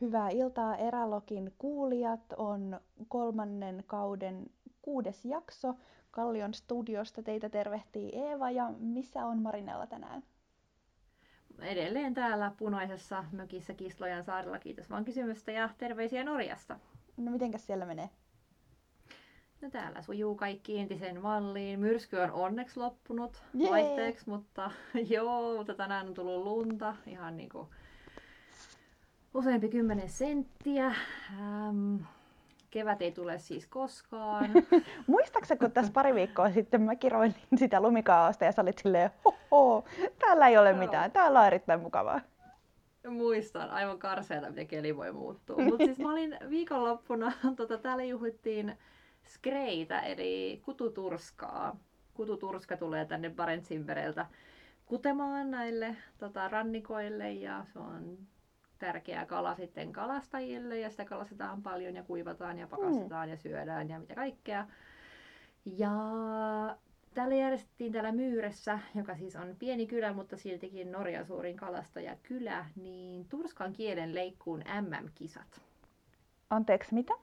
Hyvää iltaa Erälogin kuulijat. On 3. kauden 6. jakso. Kallion studiosta teitä tervehtii Eeva ja missä on Marinella tänään? Edelleen täällä punaisessa mökissä Kislojan saarella. Kiitos vaan kysymästä ja terveisiä Norjasta. No mitenkäs siellä menee? No täällä sujuu kaikki entisen malliin. Myrsky on onneksi loppunut Jee! vaihteeksi, mutta mutta tänään on tullut lunta ihan niinku useampi 10 senttiä. Kevät ei tule siis koskaan. Muistaaksä, kun tässä pari viikkoa sitten mä kiroilin sitä lumikaaosta ja sä olit silleen, hoho, täällä ei ole mitään, täällä on erittäin mukavaa. Muistan, aivan karseeta, miten keli voi muuttua. Mutta siis mä olin viikonloppuna, täällä juhlittiin skreitä, eli kututurskaa. Kututurska tulee tänne Barentsinmereltä kutemaan näille rannikoille ja se on tärkeä kala sitten kalastajille ja sitä kalastetaan paljon ja kuivataan ja pakastetaan ja syödään ja mitä kaikkea. Ja täällä järjestettiin täällä Myyressä, joka siis on pieni kylä, mutta siltikin Norjan suurin kalastajakylä, niin turskan kielen leikkuun MM-kisat. Anteeksi, mitä?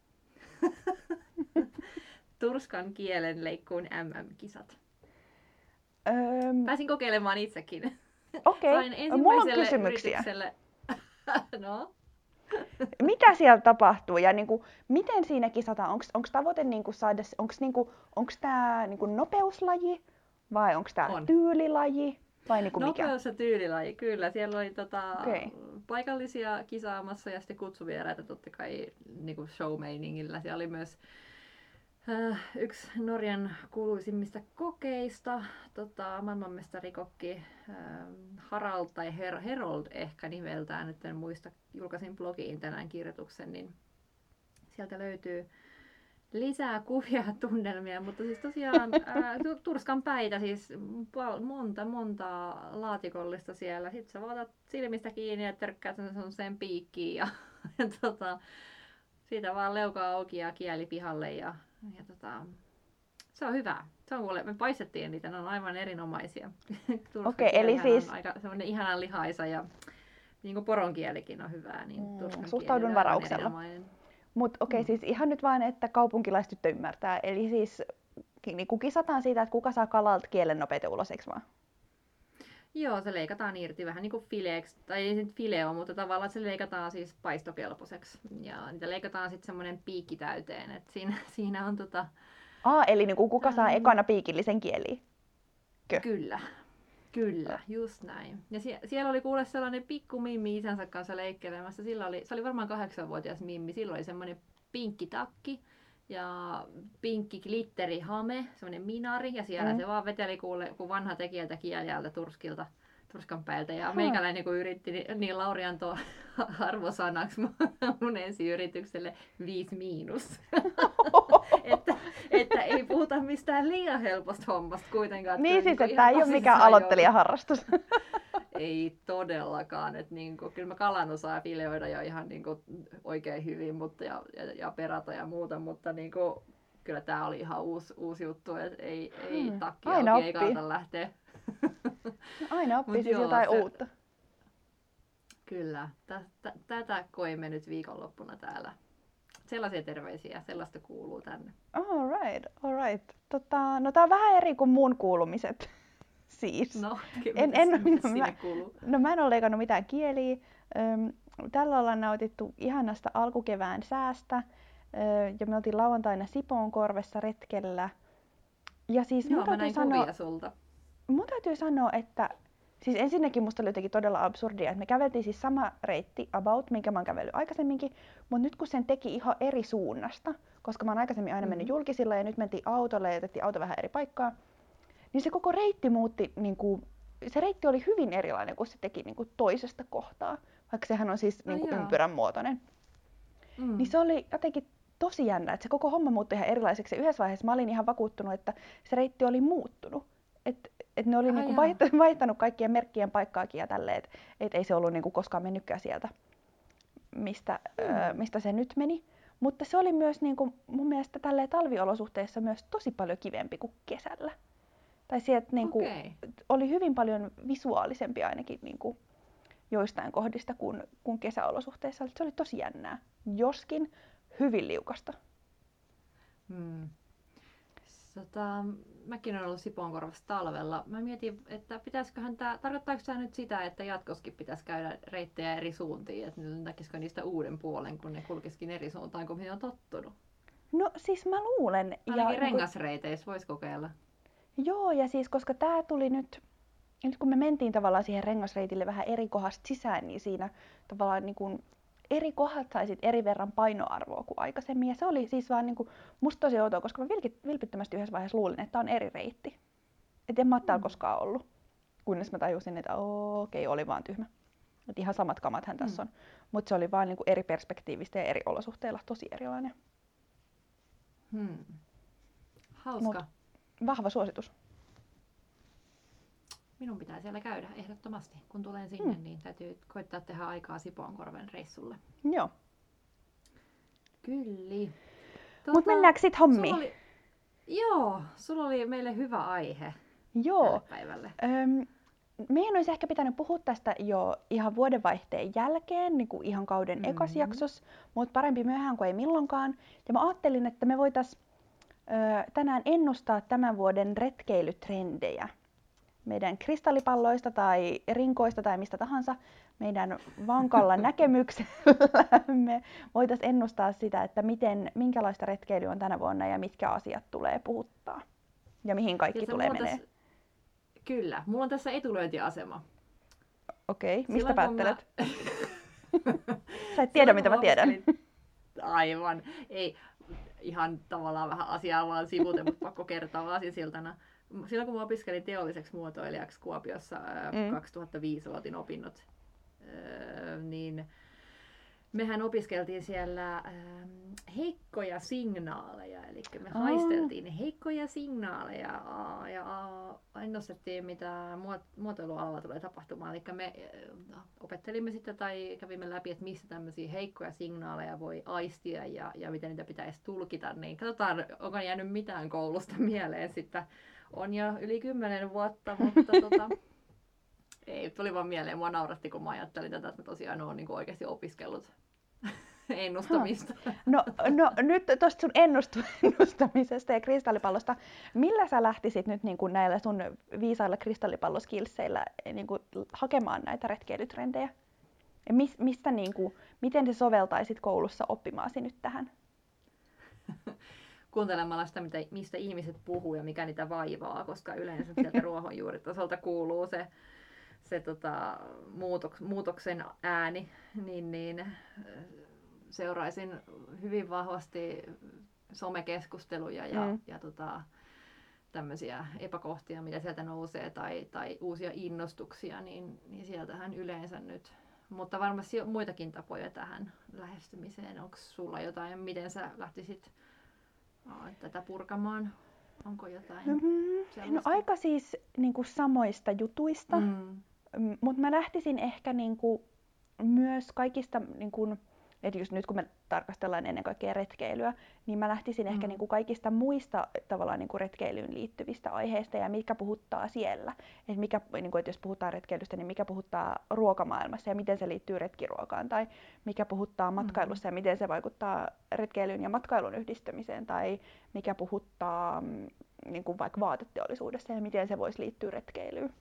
Turskan kielen leikkuun MM-kisat. Pääsin kokeilemaan itsekin. Okei, mulla on kysymyksiä. No. Mitä siellä tapahtuu ja niinku, miten siinä kisataan? Onko tavoite niinku saada, onko tämä niinku nopeuslaji vai onko tämä tyylilaji vai niinku mikä? Nopeus ja tyylilaji, kyllä. Siellä oli paikallisia kisaamassa ja sitten kutsuvieraita totta kai niinku show-meiningillä. Siellä oli myös yksi Norjan kuuluisimmista kokeista, maailmanmestarikokki Harald tai Herold ehkä nimeltään, nyt en muista, julkaisin blogiin tänään kirjoituksen, niin sieltä löytyy lisää kuvia ja tunnelmia, mutta siis tosiaan turskan päitä, siis monta laatikollista siellä, sitten sä vaatat silmistä kiinni ja törkkäät sen piikkiin ja siitä vaan leuka auki ja kieli pihalle ja se on hyvä. Se on kuule, me paistettiin niitä, ne on aivan erinomaisia. Okei, eli siis on aika semmoinen ihanan lihaisa ja niin kuin poronkielikin on hyvää, niin suhtaudun varauksella. Mutta siis ihan nyt vaan, että kaupunkilaistyttö ymmärtää. Eli siis niin kisataan siitä, että kuka saa kalalta kielen nopeiten ulos, eikö vaan? Joo, se leikataan irti vähän niin kuin fileeksi, tai ei nyt fileo, mutta tavallaan se leikataan siis paistokelpoiseksi. Ja niitä leikataan sitten semmoinen piikki täyteen, että siinä on eli niin kuka saa ekana piikillisen kieliin? Kyllä, just näin. Ja siellä oli kuule sellainen pikku mimmi isänsä kanssa leikkelemässä. Se oli varmaan 8-vuotias mimmi. Sillä oli semmoinen pinkki takki ja pinkki glitterihame, semmoinen minari. Ja siellä se vaan veteli kuule, kun vanha tekijältä kielältä turskan päältä. Ja meikäläinen kun yritti, niin Lauri antoi arvosanaksi mun ensiyritykselle 5-. että ei puhuta mistään liian helposta hommasta kuitenkaan. Niin siis, että tämä ei ole mikään aloittelijaharrastus. Ei todellakaan. Että kyllä mä kalan osaan fileoida jo ihan oikein hyvin ja perata ja muuta, mutta kyllä tämä oli ihan uusi juttu. Että ei takki auki, ei kannata lähteä. Aina oppii siis jotain uutta. Kyllä. Tätä koimme nyt viikonloppuna täällä. Sellaisia terveisiä, sellaista kuuluu tänne. All right. No tää on vähän eri kuin mun kuulumiset. Siis. No, mitä sinne kuuluu? No mä en ole leikannut mitään kieliä. Tällä ollaan nautittu ihanasta alkukevään säästä. Ja me oltiin lauantaina Sipoonkorvessa retkellä. Ja siis Joo, mä näin kuvia sulta. Mun täytyy sanoa, että siis ensinnäkin musta oli jotenkin todella absurdia, että me käveltiin siis sama reitti about, minkä mä oon kävellyt aikaisemminkin, mutta nyt kun sen teki ihan eri suunnasta, koska mä oon aikaisemmin aina mennyt julkisilla ja nyt mentiin autolle ja jätettiin auto vähän eri paikkaan, niin se koko reitti muutti, se reitti oli hyvin erilainen, kun se teki toisesta kohtaa, vaikka sehän on siis ympyrän muotoinen. Niin se oli jotenkin tosi jännä, että se koko homma muuttui ihan erilaiseksi. Ja yhdessä vaiheessa mä olin ihan vakuuttunut, että se reitti oli muuttunut. Että ne oli vaihtanut kaikkien merkkien paikkaakin ja tälleen, että ei se ollut koskaan mennytkään sieltä, mistä se nyt meni. Mutta se oli myös mun mielestä tälleen talviolosuhteissa myös tosi paljon kivempi kuin kesällä. Tai sieltä oli hyvin paljon visuaalisempi ainakin joistain kohdista kuin kesäolosuhteissa. Se oli tosi jännää, joskin hyvin liukasta. Mäkin olen ollut Sipoonkorvassa talvella. Mä mietin, että tarkoittaako tämä nyt sitä, että jatkossakin pitäisi käydä reittejä eri suuntiin, että näkisikö niistä uuden puolen, kun ne kulkisikin eri suuntaan, kun minä on tottunut? No siis mä luulen. Ainakin rengasreiteissä voisi kokeilla. Joo, ja siis koska tää tuli nyt kun me mentiin tavallaan siihen rengasreitille vähän eri kohdasta sisään, niin siinä tavallaan niin kuin eri kohdat saisit eri verran painoarvoa kuin aikaisemmin. Ja se oli siis vaan niin kuin, musta tosi outoa, koska mä vilpittömästi yhdessä vaiheessa luulin, että on eri reitti. Että en mä ole täällä koskaan ollut. Kunnes mä tajusin, että okei, oli vaan tyhmä. Että ihan samat kamathan tässä on. Mutta se oli vaan niin kuin eri perspektiivistä ja eri olosuhteilla tosi erilainen. Hauska. Mut vahva suositus. Minun pitää siellä käydä ehdottomasti. Kun tulen sinne, niin täytyy koittaa tehdä aikaa Sipoonkorven reissulle. Joo. Kyllä. Mut mennäänkö sit hommiin? Sulla oli meille hyvä aihe tälle päivälle. Meidän olisi ehkä pitänyt puhua tästä jo ihan vuodenvaihteen jälkeen, niin kuin ihan kauden ekas jaksossa, mutta parempi myöhään kuin ei milloinkaan. Ja mä ajattelin, että me voitaisiin tänään ennustaa tämän vuoden retkeilytrendejä. Meidän kristallipalloista tai rinkoista tai mistä tahansa, meidän vankalla näkemyksellämme voitaisiin ennustaa sitä, että minkälaista retkeilyä on tänä vuonna ja mitkä asiat tulee puhuttaa. Ja mihin kaikki tulee menee. Kyllä, mulla on tässä etulyöntiasema. Okei, mistä päättelet? Sä et tiedä, mitä mä tiedän. Aivan. Ei, ihan tavallaan vähän asiaa vaan sivuten, mutta pakko kertoa aasinsiltana. Silloin kun mä opiskelin teolliseksi muotoilijaksi Kuopiossa 2005 aloitin opinnot, niin mehän opiskeltiin siellä heikkoja signaaleja, eli me haisteltiin heikkoja signaaleja ja ennustettiin, mitä muotoilualalla tulee tapahtumaan. Eli me opettelimme sitten tai kävimme läpi, että mistä tämmöisiä heikkoja signaaleja voi aistia ja miten niitä pitäisi tulkita. Niin katsotaan, onko jäänyt mitään koulusta mieleen sitten. On jo yli 10 vuotta, mutta ei, tuli vaan mieleen. Mua nauratti, kun mä ajattelin tätä, että mä tosiaan oon niin oikeasti opiskellut ennustamista. No nyt tuosta sun ennustamisesta ja kristallipallosta. Millä sä lähtisit nyt niin kuin näillä sun viisailla kristallipalloskilseillä niin kuin hakemaan näitä retkeilytrendejä? Mistä, niin kuin, miten sä soveltaisit koulussa oppimaasi nyt tähän? Kuuntelemalla sitä, mistä ihmiset puhuu ja mikä niitä vaivaa, koska yleensä sieltä ruohonjuuritasolta kuuluu se muutoksen ääni, niin seuraisin hyvin vahvasti somekeskusteluja ja tämmöisiä epäkohtia, mitä sieltä nousee, tai uusia innostuksia, niin sieltähän yleensä nyt. Mutta varmasti on muitakin tapoja tähän lähestymiseen. Onko sulla jotain, miten sä lähtisit tätä purkamaan? Onko jotain sellaista? No aika siis niin kuin samoista jutuista, mutta mä lähtisin ehkä niin kuin myös kaikista, niin kuin, että just nyt kun me tarkastellaan ennen kaikkea retkeilyä, niin mä lähtisin ehkä niin kuin kaikista muista tavallaan niin kuin retkeilyyn liittyvistä aiheista ja mikä puhuttaa siellä. Että mikä, niin kuin, että jos puhutaan retkeilystä, niin mikä puhuttaa ruokamaailmassa ja miten se liittyy retkiruokaan, tai mikä puhuttaa matkailussa ja miten se vaikuttaa retkeilyn ja matkailun yhdistämiseen, tai mikä puhuttaa niin kuin vaikka vaateteollisuudessa ja miten se voisi liittyä retkeilyyn.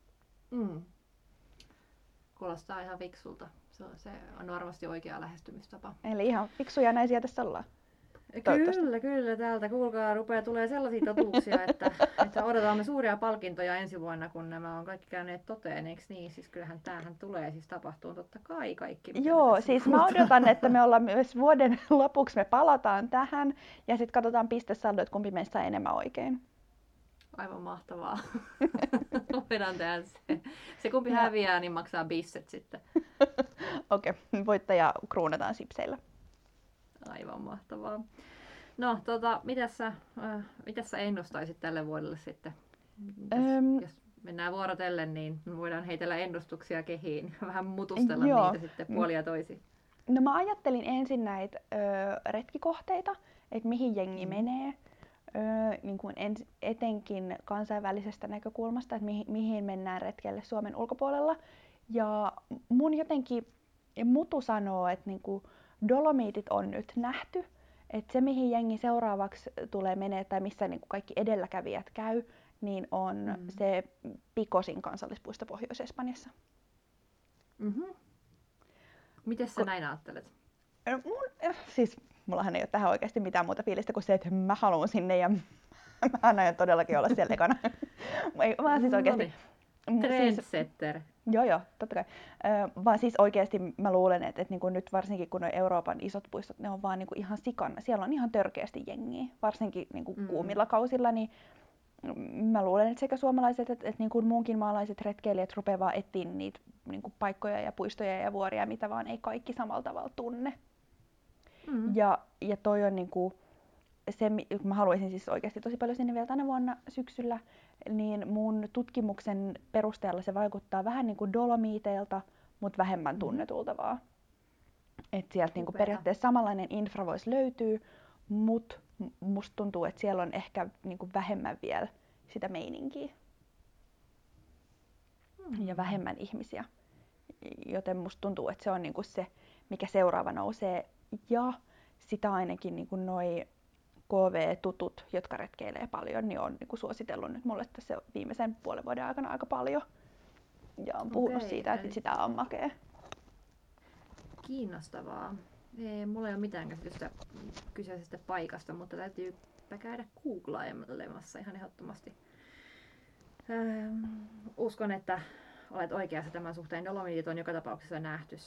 Kuulostaa ihan fiksulta. Se on varmasti oikea lähestymistapa. Eli ihan fiksuja naisia tässä ollaan. Kyllä. Täältä kuulkaa rupeaa tulee sellaisia totuuksia, että odotamme suuria palkintoja ensi vuonna, kun nämä on kaikki käyneet toteen, eikö niin? Siis kyllähän tämähän tulee siis tapahtuu totta kai kaikki. Joo, siis mä odotan, että me ollaan myös vuoden lopuksi, me palataan tähän ja sitten katsotaan pistesaldo, että kumpi meistä saa enemmän oikein. Aivan mahtavaa. Voidaan tehdä se. Se kumpi häviää, niin maksaa bisset sitten. Okei, voittaja kruunataan sipseillä. Aivan mahtavaa. No, mitäs sä ennustaisit tälle vuodelle sitten? Jos mennään vuorotellen, niin voidaan heitellä ennustuksia kehiin. Vähän mutustella niitä sitten puolin ja toisin. No mä ajattelin ensin näitä retkikohteita, että mihin jengi menee. Niin kuin etenkin kansainvälisestä näkökulmasta, että mihin mennään retkelle Suomen ulkopuolella. Ja mun jotenkin mutu sanoo, että niinku Dolomiitit on nyt nähty, että se mihin jengi seuraavaksi tulee menee tai missä niinku kaikki edelläkävijät käy, niin on se Picosin kansallispuisto Pohjois-Espanjassa. Mm-hmm. Miten sä näin ajattelet? Mullahan ei ole tähän oikeasti mitään muuta fiilistä kuin se, että mä haluan sinne ja mä aion todellakin olla siellä ekana. Vaan siis oikeasti... Trendsetter. Joo, totta kai. Vaan siis oikeasti mä luulen, että niinku nyt varsinkin kun nuo Euroopan isot puistot, ne on vaan niinku ihan sikana. Siellä on ihan törkeästi jengiä, varsinkin niinku kuumilla kausilla. Niin mä luulen, että sekä suomalaiset että niinku muunkin maalaiset retkeilijät rupeaa vaan etsiä niitä niinku paikkoja ja puistoja ja vuoria, mitä vaan ei kaikki samalla tavalla tunne. Ja toi on niinku se, mä haluaisin siis oikeasti tosi paljon sinne vielä tänä vuonna syksyllä, niin mun tutkimuksen perusteella se vaikuttaa vähän niin kuin Dolomiiteilta, mutta vähemmän tunnetulta vaan. Että sieltä niinku periaatteessa samanlainen infra voisi löytyä, mutta musta tuntuu, että siellä on ehkä niinku vähemmän vielä sitä meininkiä. Ja vähemmän ihmisiä. Joten musta tuntuu, että se on niinku se, mikä seuraava nousee. Ja sitä ainakin niinku noi KV-tutut, jotka retkeilee paljon, niin on niinku suositellut nyt mulle tässä viimeisen puolen vuoden aikana aika paljon. Ja on puhunut siitä, että sitä on makea. Kiinnostavaa. Mulla ei ole mitään käsitystä kyseisestä paikasta, mutta täytyypä käydä googlailemassa ihan ehdottomasti. Uskon, että olet oikeassa tämän suhteen. Dolomiitit on joka tapauksessa nähty.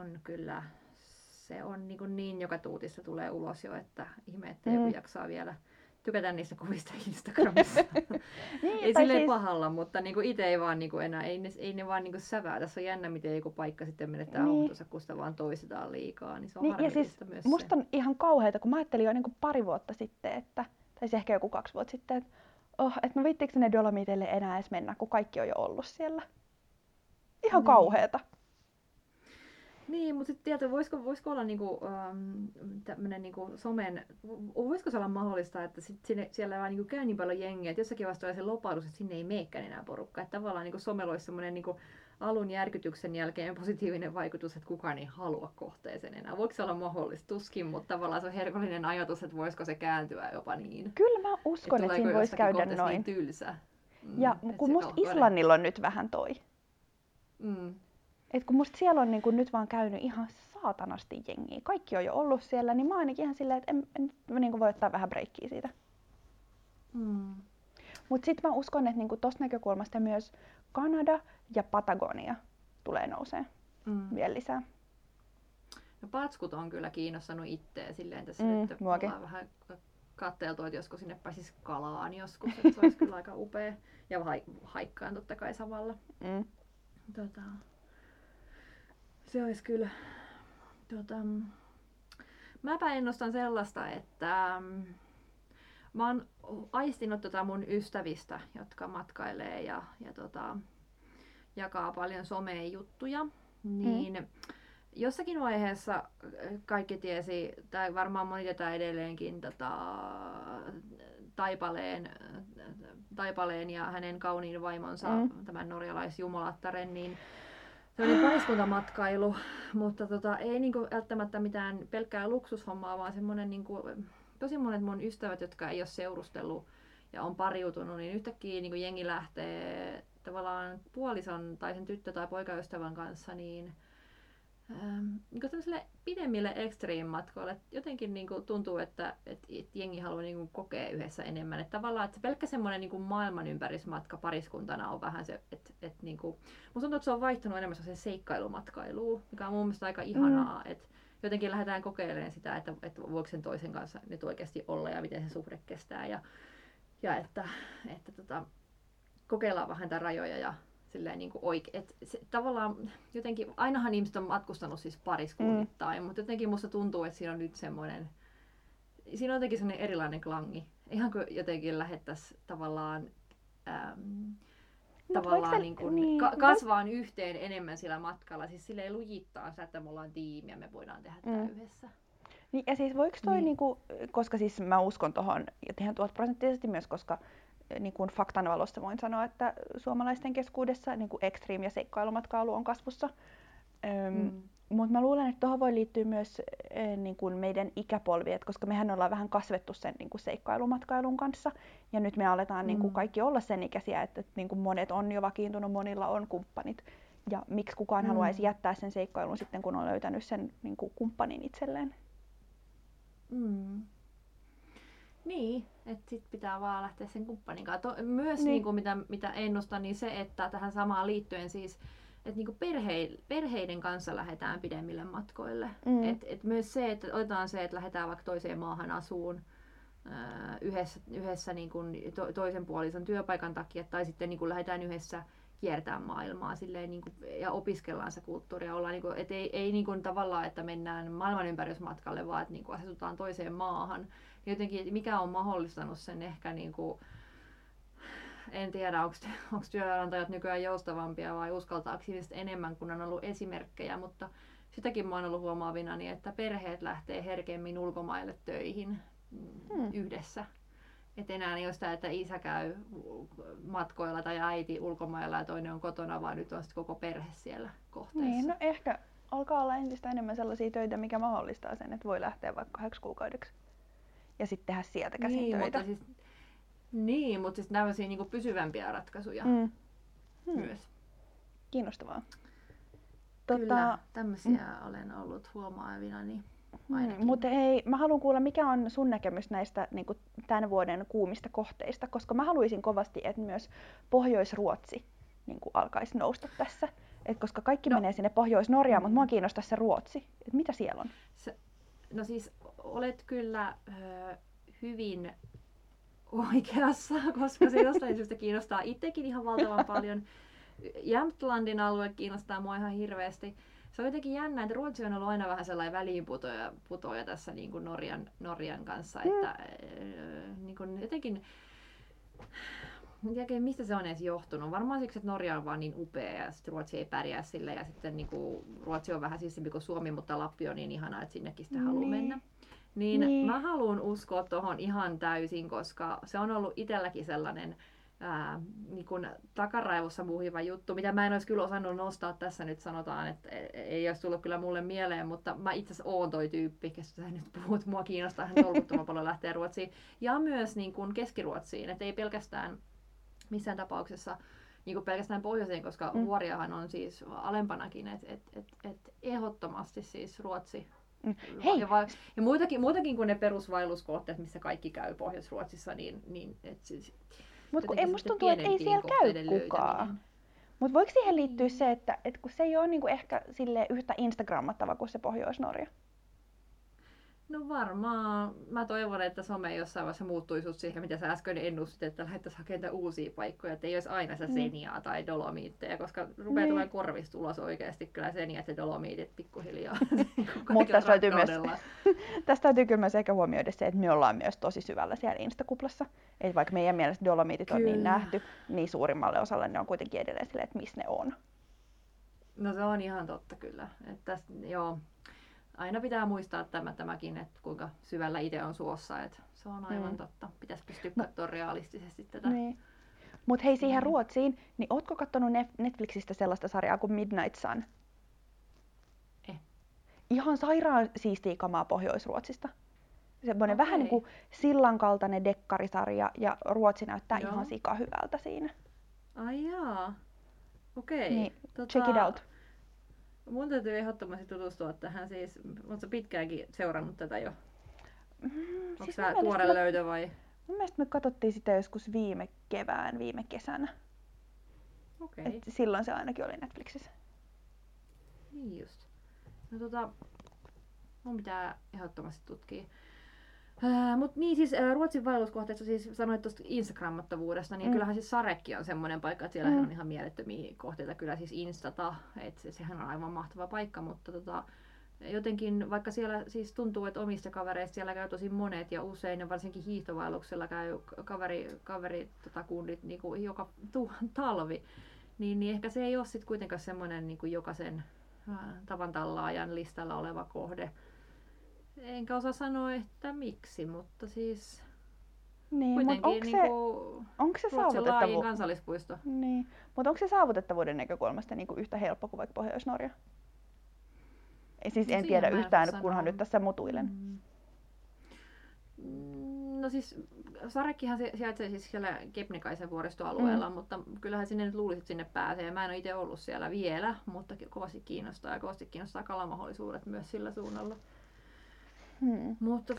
Se on niin joka tuutissa tulee ulos jo, että ihme, että joku jaksaa vielä tykätä niistä kuvista Instagramissa. Niin, ei silleen siis... pahalla, mutta niinku itse ei vaan niinku enää, ei ne vaan niinku sävää. Tässä on jännä, miten joku paikka sitten menettää autonsa, kun sitä vaan toistetaan liikaa. Niin se on harmillista ja siis myös musta se. On ihan kauheata, kun mä ajattelin jo niinku pari vuotta sitten, tai ehkä joku 2 vuotta sitten, että no vittikö sinne Dolomiiteille enää edes mennä, kun kaikki on jo ollut siellä. Ihan kauheata. Niin, mutta sitten tiedätkö, voisiko olla niinku, tämmönen niinku somen, voisiko se olla mahdollista, että siellä vaan niinku käy niin paljon jengiä, että jossakin vasta se lopaudus, että sinne ei meekään enää porukkaa. Että tavallaan niinku somella olisi semmoinen niinku alun järkytyksen jälkeen positiivinen vaikutus, että kukaan ei halua kohteeseen enää. Voiko se olla mahdollista? Tuskin, mutta tavallaan se on herkullinen ajatus, että voisiko se kääntyä jopa niin. Kyllä mä uskon, että siinä voisi käydä noin. Niin tylsä. Ja kun musta Islannilla on nyt vähän toi. Et kun musta siellä on niinku nyt vaan käynyt ihan saatanasti jengiä. Kaikki on jo ollut siellä, niin mä oon ainakin ihan silleen, että en niinku voi ottaa vähän breikkiä siitä. Mut sit mä uskon, että niinku tosta näkökulmasta myös Kanada ja Patagonia tulee nousee vielä lisää. No patskut on kyllä kiinnostanut itseä silleen tässä, että ollaan vähän katseltu, että josko sinne pääsis kalaan joskus, että se olisi kyllä aika upea. Ja haikkaan totta kai samalla. Se olisi kyllä. Mäpä ennustan sellaista, että mä oon aistinut mun ystävistä, jotka matkailee ja jakaa paljon someen juttuja, niin jossakin vaiheessa kaikki tiesi, tai varmaan moni tietää edelleenkin Taipaleen ja hänen kauniin vaimonsa, tämän norjalaisjumalattaren, niin sellainen pariskuntamatkailu, mutta ei niinku välttämättä mitään pelkkää luksushommaa, vaan semmoinen niinku, tosi monet mun ystävät, jotka ei ole seurustellut ja on pariutunut, niin yhtäkkiä niinku jengi lähtee tavallaan puolison tai sen tyttö- tai poikaystävän kanssa niin tämmöiselle pidemmille extreme-matkoille. Jotenkin niinku tuntuu, että jengi haluaa niinku kokea yhdessä enemmän. Että tavallaan että se pelkkä semmoinen niinku maailmanympärysmatka pariskuntana on vähän se, että niinku, musta tuntuu, että se on vaihtunut enemmän se seikkailumatkailuun, mikä on mun mielestä aika ihanaa. Että jotenkin lähdetään kokeilemaan sitä, että voiko sen toisen kanssa nyt oikeasti olla ja miten se suhde kestää. Ja että kokeillaan vähän tätä rajoja ja silleen niin kuin tavallaan jotenkin, ainahan ihmiset on matkustanut siis pariskunnittain, mutta jotenkin musta tuntuu, että siinä on nyt semmoinen, siinä on jotenkin semmoinen erilainen klangi. Ihan kuin jotenkin lähettäisiin tavallaan, niin kuin kasvaan yhteen enemmän sillä matkalla, siis silleen lujittaa sitä, että me ollaan tiimi ja me voidaan tehdä tämä yhdessä. Niin, ja siis voiko toi niinku, koska siis mä uskon tohon ihan 1000% myös, koska niin kuin faktan valossa voin sanoa, että suomalaisten keskuudessa niin kuin extreme- ja seikkailumatkailu on kasvussa. Mutta mä luulen, että tuohon voi liittyä myös niin kuin meidän ikäpolvi, koska mehän ollaan vähän kasvettu sen niin kuin seikkailumatkailun kanssa. Ja nyt me aletaan niin kuin kaikki olla sen ikäisiä, että niin kuin monet on jo vakiintunut, monilla on kumppanit. Ja miksi kukaan haluaisi jättää sen seikkailun sitten, kun on löytänyt sen niin kuin kumppanin itselleen. Niin, että sit pitää vaan lähteä sen kumppanin kanssa. Myös niin kuin mitä ennustan, niin se, että tähän samaan liittyen siis, että niin kuin perheiden kanssa lähdetään pidemmille matkoille. Et myös se, että otetaan se, että lähdetään vaikka toiseen maahan asuun yhdessä niin kuin toisen puolison työpaikan takia, tai sitten niin kuin lähdetään yhdessä kiertämään maailmaa silleen, niin kuin, ja opiskellaan se kulttuuri. Niin kuin, et ei niin kuin, tavallaan, että mennään maailmanympärysmatkalle, vaan että niin kuin, asetutaan toiseen maahan. Jotenkin, mikä on mahdollistanut sen ehkä, niin kuin, en tiedä, onko työnantajat nykyään joustavampia vai uskaltaako enemmän, kun on ollut esimerkkejä, mutta sitäkin mä oon ollut huomaavinani, että perheet lähtee herkemmin ulkomaille töihin yhdessä. Et enää ei ole sitä, että isä käy matkoilla tai äiti ulkomailla ja toinen on kotona, vaan nyt on sitten koko perhe siellä kohteessa. Niin, no ehkä alkaa olla entistä enemmän sellaisia töitä, mikä mahdollistaa sen, että voi lähteä vaikka 2 kuukaudeksi ja sitten tehdä sieltä käsin töitä. Mutta siis tämmöisiä niinku pysyvämpiä ratkaisuja myös. Kiinnostavaa. Kyllä, tämmöisiä olen ollut huomaavinani. Mutta hei, mä haluan kuulla, mikä on sun näkemys näistä niin kuin tämän vuoden kuumista kohteista, koska mä haluaisin kovasti, että myös Pohjois-Ruotsi niin kuin alkaisi nousta tässä. Koska kaikki menee sinne Pohjois-Norjaan, mutta mua kiinnostaa se Ruotsi. Et mitä siellä on? No siis olet kyllä hyvin oikeassa, koska se jostain syystä kiinnostaa itsekin ihan valtavan paljon. Jämtlandin alue kiinnostaa mua ihan hirveästi. Se on jotenkin jännä, että Ruotsi on ollut aina vähän sellainen väliinputoja tässä niin kuin Norjan kanssa. Että, niin kuin jotenkin, en tiedä mistä se on edes johtunut. Varmaan siksi, että Norja on vaan niin upea ja sitten Ruotsi ei pärjää sille. Ja sitten niin kuin, Ruotsi on vähän siistimpi kuin Suomi, mutta Lappi on niin ihanaa, että sinnekin sitä haluaa mennä. Niin mä haluan uskoa tuohon ihan täysin, koska se on ollut itselläkin sellainen niin kun takaraivossa muhiva juttu, mitä mä en olisi kyllä osannut nostaa tässä nyt sanotaan, että ei olisi tullut kyllä mulle mieleen, mutta mä itse asiassa oon toi tyyppi, kestä sä nyt puhut, mua kiinnostaa ihan tolkuttoman paljon lähteä Ruotsiin ja myös niin kun Keski-Ruotsiin, että ei pelkästään missään tapauksessa niin kuin pelkästään pohjoiseen, koska vuoriahan on siis alempanakin, että ehdottomasti siis Ruotsi. Hei. Ja muitakin kuin ne perusvaelluskohteet, missä kaikki käy Pohjois-Ruotsissa, niin siis mutta musta tuntuu, että ei siellä käy kukaan. Mutta voiko siihen liittyä se, että kun se ei ole niinku ehkä yhtä instagrammattava kuin se Pohjois-Norja? No varmaan. Mä toivon, että some jossain vaiheessa muuttuisi siihen, mitä sä äsken ennustit, että lähdettäisiin hakemaan uusia paikkoja, että ei olisi aina sitä Seniaa tai Dolomiitteja, koska rupeaa tulemaan korvista ulos oikeasti kyllä Seniat ja Dolomiitit pikkuhiljaa. Mutta tästä täytyy kyllä myös ehkä huomioida se, että me ollaan myös tosi syvällä siellä Instakuplassa. Että vaikka meidän mielestä Dolomiitit on niin nähty, niin suurimmalle osalle ne on kuitenkin edelleen silleen, että missä ne on. No se on ihan totta kyllä. Että joo. Aina pitää muistaa tämäkin, että kuinka syvällä itse on suossa, että se on aivan totta. Pitäisi pystyä katsoa realistisesti tätä. Niin. Mutta hei siihen Ruotsiin, niin ootko katsonut Netflixistä sellaista sarjaa kuin Midnight Sun? Ihan sairaan siistiä kamaa Pohjois-Ruotsista. Semmoinen vähän niin kuin sillan kaltainen dekkarisarja ja Ruotsi näyttää ihan sika hyvältä siinä. Ai jaa. Okei. Niin, check it out. Mun täytyy ehdottomasti tutustua tähän siis. Oletko pitkäänkin seurannut tätä jo? Onko siis tämä tuore löytö vai? Mun mielestä me katsottiin sitä joskus viime kesänä. Okei. Silloin se ainakin oli Netflixissä. Niin just. No mun pitää ehdottomasti tutkia. Mutta niin siis Ruotsin vaelluskohteessa siis sanoit tuosta Instagrammattavuudesta, niin kyllähän siis Sarekki on semmoinen paikka, että siellähän on ihan mielettömiä kohteita, kyllä siis Instata, että sehän on aivan mahtava paikka, mutta jotenkin vaikka siellä siis tuntuu, että omista kavereista siellä käy tosi monet ja usein ja varsinkin hiihtovaelluksella käy kaverikundit niin kuin joka talvi, niin ehkä se ei ole sitten kuitenkaan semmoinen niin kuin jokaisen tavan tallaajan listalla oleva kohde. Enkä osaa sanoa, että miksi, mutta siis Niin, kuitenkin onko se Ruotsin laajin kansallispuisto. Niin, mutta onko se saavutettavuuden näkökulmasta niinku yhtä helppo kuin vaikka Pohjois-Norja? Siis en tiedä yhtään, kunhan nyt tässä mutuilen. No siis Sarrekkihan sijaitsee siis siellä Kebnekaisen vuoristoalueella, mutta kyllähän sinne nyt luulisi, että sinne pääsee. Mä en ole itse ollut siellä vielä, mutta kovasti kiinnostaa kalamahdollisuudet myös sillä suunnalla. Mutta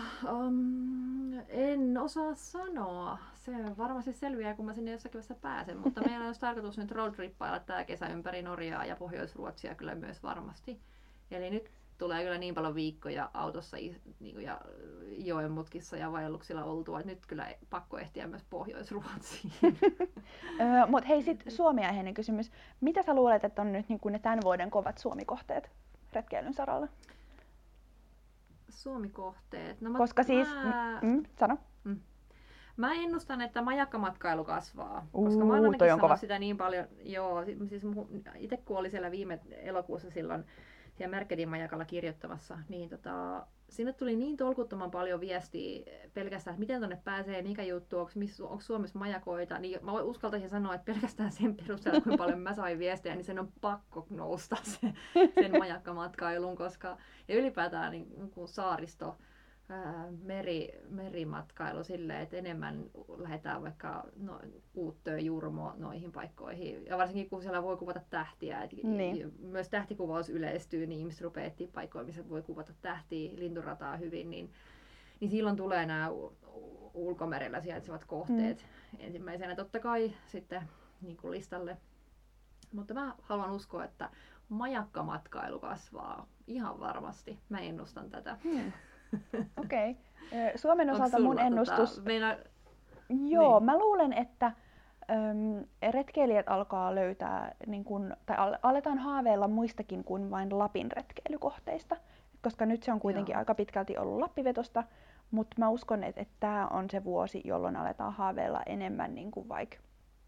en osaa sanoa. Se varmasti selviää, kun mä sinne jossakin vaiheessa pääsen. Mutta meillä olisi tarkoitus nyt roadtrippailla tää kesä ympäri Norjaa ja Pohjois-Ruotsia kyllä myös varmasti. Eli nyt tulee kyllä niin paljon viikkoja autossa ja joen mutkissa ja vaelluksilla oltua, että nyt kyllä pakko ehtiä myös Pohjois-Ruotsiin. Mutta hei, sit Suomi-aiheinen kysymys. Mitä sä luulet, että on nyt niin ne tämän vuoden kovat Suomi-kohteet retkeilyn saralla? Suomi-kohteet? No koska sano. Mä ennustan, että majakkamatkailu kasvaa, koska mä oon ainakin sanonut sitä niin paljon. Joo, siis itse kun oli siellä viime elokuussa silloin siellä Märkedin majakalla kirjoittamassa, niin sinne tuli niin tolkuttoman paljon viestiä pelkästään, että miten tonne pääsee, mikä juttu, onko Suomessa majakoita, niin mä uskaltaisin sanoa, että pelkästään sen perusteella, kuinka paljon mä sain viestejä, niin sen on pakko nousta sen majakkamatkailun, koska ja ylipäätään niin saaristo, merimatkailu silleen, että enemmän lähdetään vaikka Uuttöön, Jurmo noihin paikkoihin. Ja varsinkin kun siellä voi kuvata tähtiä. Niin. Myös tähtikuvaus yleistyy, niin ihmiset rupeaa etsiä paikkoja, missä voi kuvata tähtiä, linturataa hyvin. Niin silloin tulee nämä ulkomerellä sijaitsevat kohteet ensimmäisenä totta kai sitten niin kuin listalle. Mutta mä haluan uskoa, että majakkamatkailu kasvaa ihan varmasti. Mä ennustan tätä. Okei. Suomen osalta mun ennustus... Joo, mä luulen, että retkeilijät alkaa löytää, tai aletaan haaveilla muistakin kuin vain Lapin retkeilykohteista. Koska nyt se on kuitenkin aika pitkälti ollut Lappivetosta, mutta mä uskon, että tämä on se vuosi, jolloin aletaan haaveilla enemmän niin kuin vaikka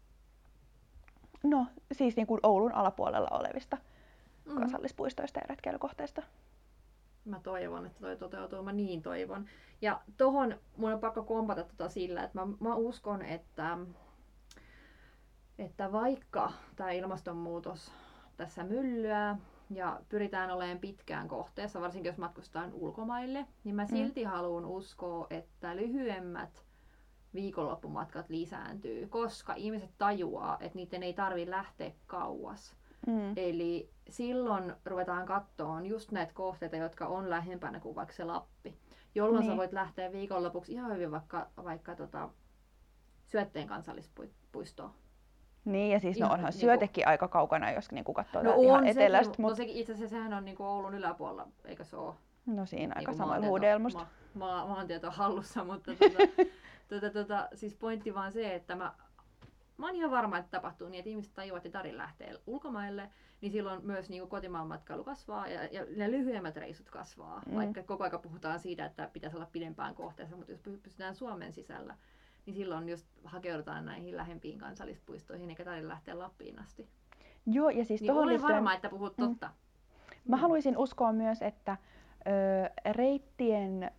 siis niin kuin Oulun alapuolella olevista kansallispuistoista ja retkeilykohteista. Mä toivon, että toi toteutuu. Mä niin toivon. Ja tohon mun on pakko kompata sillä, että mä uskon, että vaikka tämä ilmastonmuutos tässä myllyää ja pyritään olemaan pitkään kohteessa, varsinkin jos matkustetaan ulkomaille, niin mä silti haluan uskoa, että lyhyemmät viikonloppumatkat lisääntyy, koska ihmiset tajuaa, että niiden ei tarvitse lähteä kauas. Eli silloin ruvetaan kattoon just näitä kohteita, jotka on lähempänä kuin vaikka se Lappi, jolloin sä voit lähteä viikonlopuksi ihan hyvin vaikka Syötteen kansallispuistoon. Niin, ja siis onhan Syötekin aika kaukana, jos katsoo ihan etelästä. No itse asiassa sehän on Oulun yläpuolella, eikö se ole? No siinä aika samalla huudelmusta. Maantieto hallussa, mutta siis pointti vaan se, että mä oon ihan varma, että tapahtuu niin, että ihmiset tajuavat, että tarvitse lähteä ulkomaille, niin silloin myös kotimaan matkailu kasvaa ja ne lyhyemmät reissut kasvaa. Vaikka koko ajan puhutaan siitä, että pitäisi olla pidempään kohteessa, mutta jos pystytään Suomen sisällä, niin silloin just hakeudutaan näihin lähempiin kansallispuistoihin eikä tarvitse lähteä Lappiin asti. Joo, ja siis niin olen varma, että puhut totta. Mä haluaisin uskoa myös, että reittien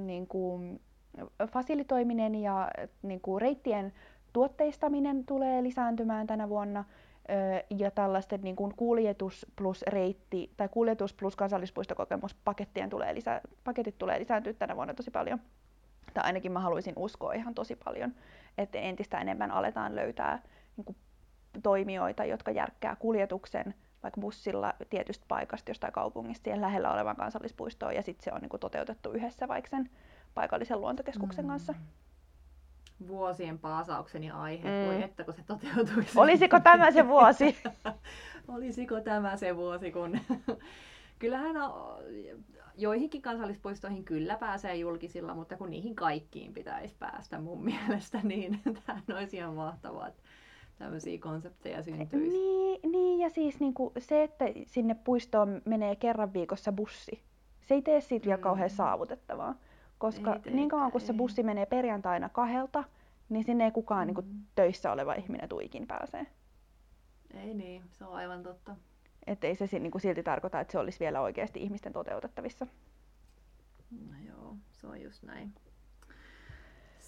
fasilitoiminen ja reittien tuotteistaminen tulee lisääntymään tänä vuonna ja tällaisten kuljetus plus reitti tai kuljetus plus kansallispuistokokemuspaketit tulee lisääntyä tänä vuonna tosi paljon. Tai ainakin mä haluaisin uskoa ihan tosi paljon, että entistä enemmän aletaan löytää toimijoita, jotka järkkää kuljetuksen vaikka bussilla tietystä paikasta jostain kaupungista siihen lähellä olevan kansallispuistoon ja sitten se on toteutettu yhdessä vaikka sen paikallisen luontokeskuksen kanssa. Vuosien paasaukseni aihe, voi että kun se toteutuisi. Olisiko tämä se vuosi? Olisiko tämä se vuosi, kun kyllähän joihinkin kansallispuistoihin kyllä pääsee julkisilla, mutta kun niihin kaikkiin pitäisi päästä mun mielestä, niin tämä olisi ihan mahtavaa, että tämmöisiä konsepteja syntyisi. Niin ja siis se, että sinne puistoon menee kerran viikossa bussi, se ei tee siitä vielä kauhean saavutettavaa. Koska niin kauan kun se bussi menee perjantaina 2:00, niin sinne ei kukaan töissä oleva ihminen tuikin pääsee. Ei niin, se on aivan totta. Että ei se silti tarkoita, että se olisi vielä oikeasti ihmisten toteutettavissa. No joo, se on just näin.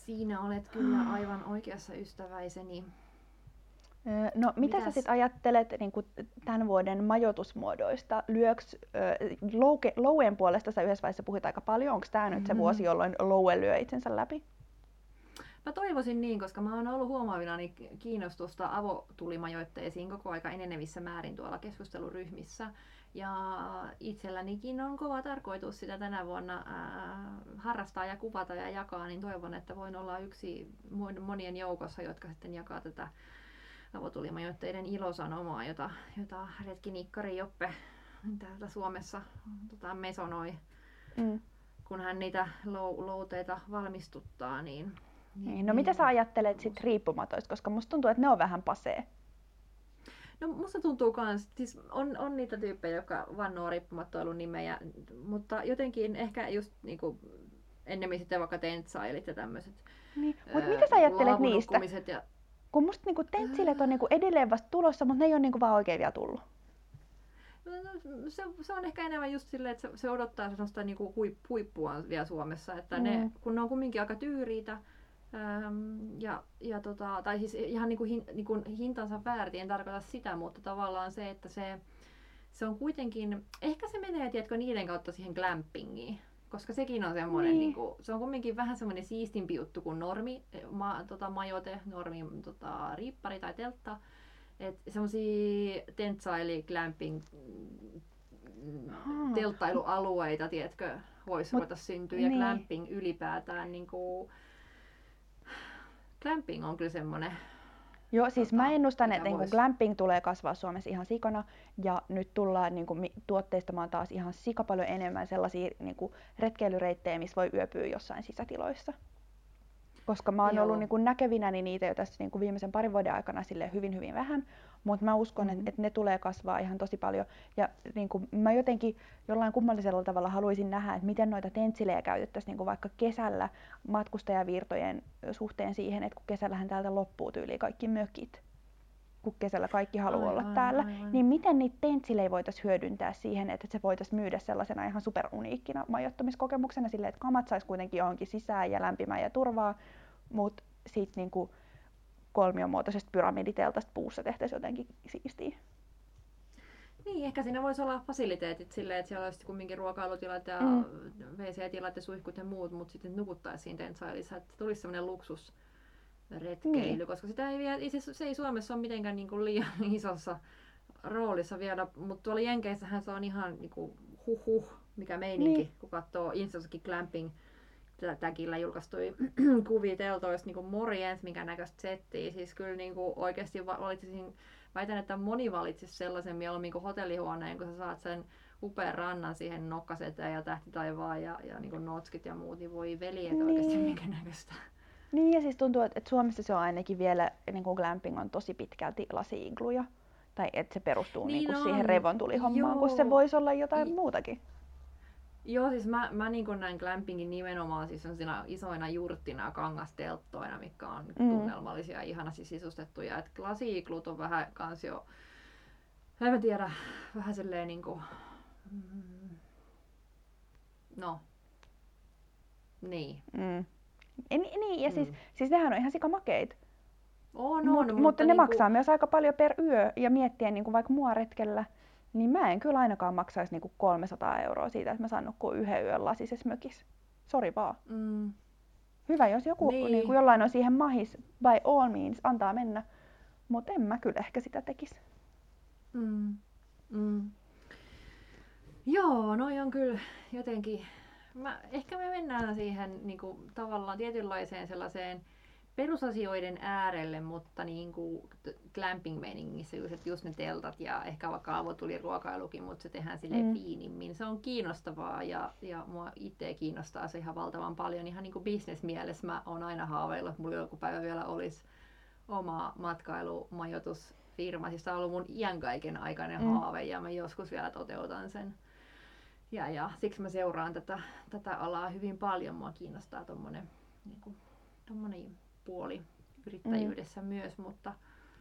Siinä olet kyllä aivan oikeassa, ystäväiseni. No mitä sä sitten ajattelet niin tämän vuoden majoitusmuodoista? Lyöks Louen puolesta sä yhdessä vaiheessa puhuit aika paljon. Onko tämä nyt se vuosi, jolloin Loue lyö itsensä läpi? Mä toivoisin niin, koska mä oon ollut huomaavinani kiinnostusta avotulimajoitteisiin koko aika enenevissä määrin tuolla keskusteluryhmissä. Ja itsellänikin on kova tarkoitus sitä tänä vuonna harrastaa ja kuvata ja jakaa, niin toivon, että voin olla yksi monien joukossa, jotka sitten jakaa tätä avotulimajoitteiden ilosanomaa, jota retkinikkari Joppe täältä Suomessa mesonoi, kun hän niitä louteita valmistuttaa. No mitä sä ajattelet sit riippumatoista, koska musta tuntuu, että ne on vähän pasee. No musta tuntuu kans, siis on niitä tyyppejä, jotka vannoo riippumattoilun nimeä, mutta jotenkin ehkä just niinku ennemmin sitten vaikka tentsailit ja tämmöiset. Niin, mutta mitä sä ajattelet niistä? Kun musta niinku tentsilet on niinku edelleen vasta tulossa, mutta ne ei ole niinku vaan oikein vielä tullut. No, se on ehkä enemmän just silleen, että se odottaa sellaista niinku huippua vielä Suomessa, että kun ne on kumminkin aika tyyriitä, tai siis ihan niinku hintansa väärti, en tarkoita sitä, mutta tavallaan se, että se on kuitenkin, ehkä se menee, tiedätkö, niiden kautta siihen glampingiin, koska sekin on semmoinen, niinku, se on kumminkin vähän semmoinen siistimpi juttu kuin normi, majoite, normi riippari tai teltta, että semmosia tentsaili, glamping, telttailualueita, tiedätkö, voisi ruveta syntyä, ja glamping ylipäätään niinku, glamping on kyllä semmoinen. Joo, siis mä ennustan, että niin glamping tulee kasvaa Suomessa ihan sikana, ja nyt tullaan niin kuin, tuotteistamaan taas ihan sika paljon enemmän sellaisia niin kuin, retkeilyreittejä, missä voi yöpyä jossain sisätiloissa. Koska mä oon ollut niin kuin, näkevinäni niitä jo tässä niin kuin viimeisen parin vuoden aikana hyvin hyvin vähän, mutta mä uskon, että ne tulee kasvaa ihan tosi paljon. Ja niin kuin, mä jotenkin jollain kummallisella tavalla haluaisin nähdä, että miten noita tentsilejä käytettäisiin niin kuin vaikka kesällä matkustajavirtojen suhteen siihen, että kun kesällähän täältä loppuu tyyliin kaikki mökit, kun kesällä kaikki haluaa olla täällä, niin miten niitä tentsilejä voitaisiin hyödyntää siihen, että se voitaisiin myydä sellaisena ihan superuniikkina majoittamiskokemuksena silleen, että kamat sais kuitenkin johonkin sisään ja lämpimään ja turvaa, mutta sitten niinku kolmiomuotoisesta pyramiditeltasta puussa tehtäisiin jotenkin siistiä. Niin, ehkä siinä voisi olla fasiliteetit silleen, että siellä olisi kumminkin ruokailutilat ja WC-tilat ja suihkut ja muut, mutta sitten nukuttaisiin siinä tentsailissa, että tulisi semmoinen luksusretkeily, koska sitä ei vielä, se ei Suomessa ole mitenkään niin kuin liian isossa roolissa vielä, mutta tuolla Jenkeissähän se on ihan niin kuin mikä meininki, kun katsoo Instassakin glamping tagillä julkaistui kuvia teltoista niin kuin morjens, minkä näköistä settiä. Siis kyllä niin kuin oikeasti väitän, että moni valitsisi sellaisen mieluummin kuin hotellihuoneen, kun sä saat sen upean rannan siihen nokkaseteen ja tähtitaivaan ja niin kuin notskit ja muut, niin voi veljet oikeasti minkä näköistä. Niin ja siis tuntuu, että Suomessa se on ainakin vielä, niin kuin glamping on tosi pitkälti lasi-igluja. Tai että se perustuu niin kuin siihen revontulihommaan, kun se voisi olla jotain muutakin. Joo, siis mä niin näin glampingin nimenomaan siis isoina jurttina kangastelttoina, mitkä on tunnelmallisia ja ihanasti sisustettuja. Et lasi-iglut on vähän kans jo, en mä tiedä, vähän silleen niinku, no, niin. Niin, ja siis nehän on ihan sikamakeit. Mutta ne niinku maksaa myös aika paljon per yö, ja miettien niinku vaikka mua retkellä, niin mä en kyllä ainakaan maksaisi niinku 300 € siitä, että mä saan nukkua yhden yön lasisessa mökissä. Sori vaan. Hyvä, jos joku niinku jollain on siihen mahis, by all means, antaa mennä. Mutta en mä kyllä ehkä sitä tekisi. Joo, noi on kyllä jotenkin. Ehkä me mennään siihen niinku, tavallaan tietynlaiseen sellaiseen perusasioiden äärelle, mutta niinku glamping-meiningissä just ne teltat ja ehkä vaikka avotuliruokailukin, mutta se tehdään silleen fiinimmin. Se on kiinnostavaa ja mua itse kiinnostaa se ihan valtavan paljon. Ihan niinku business-mielessä mä oon aina haaveillut, että mulla joku päivä vielä olisi oma matkailumajoitusfirma. Siis tää on ollut mun iänkaiken aikainen haave ja mä joskus vielä toteutan sen. Ja siksi mä seuraan tätä alaa hyvin paljon. Mua kiinnostaa tommonen puoli yrittäjyydessä myös, mutta.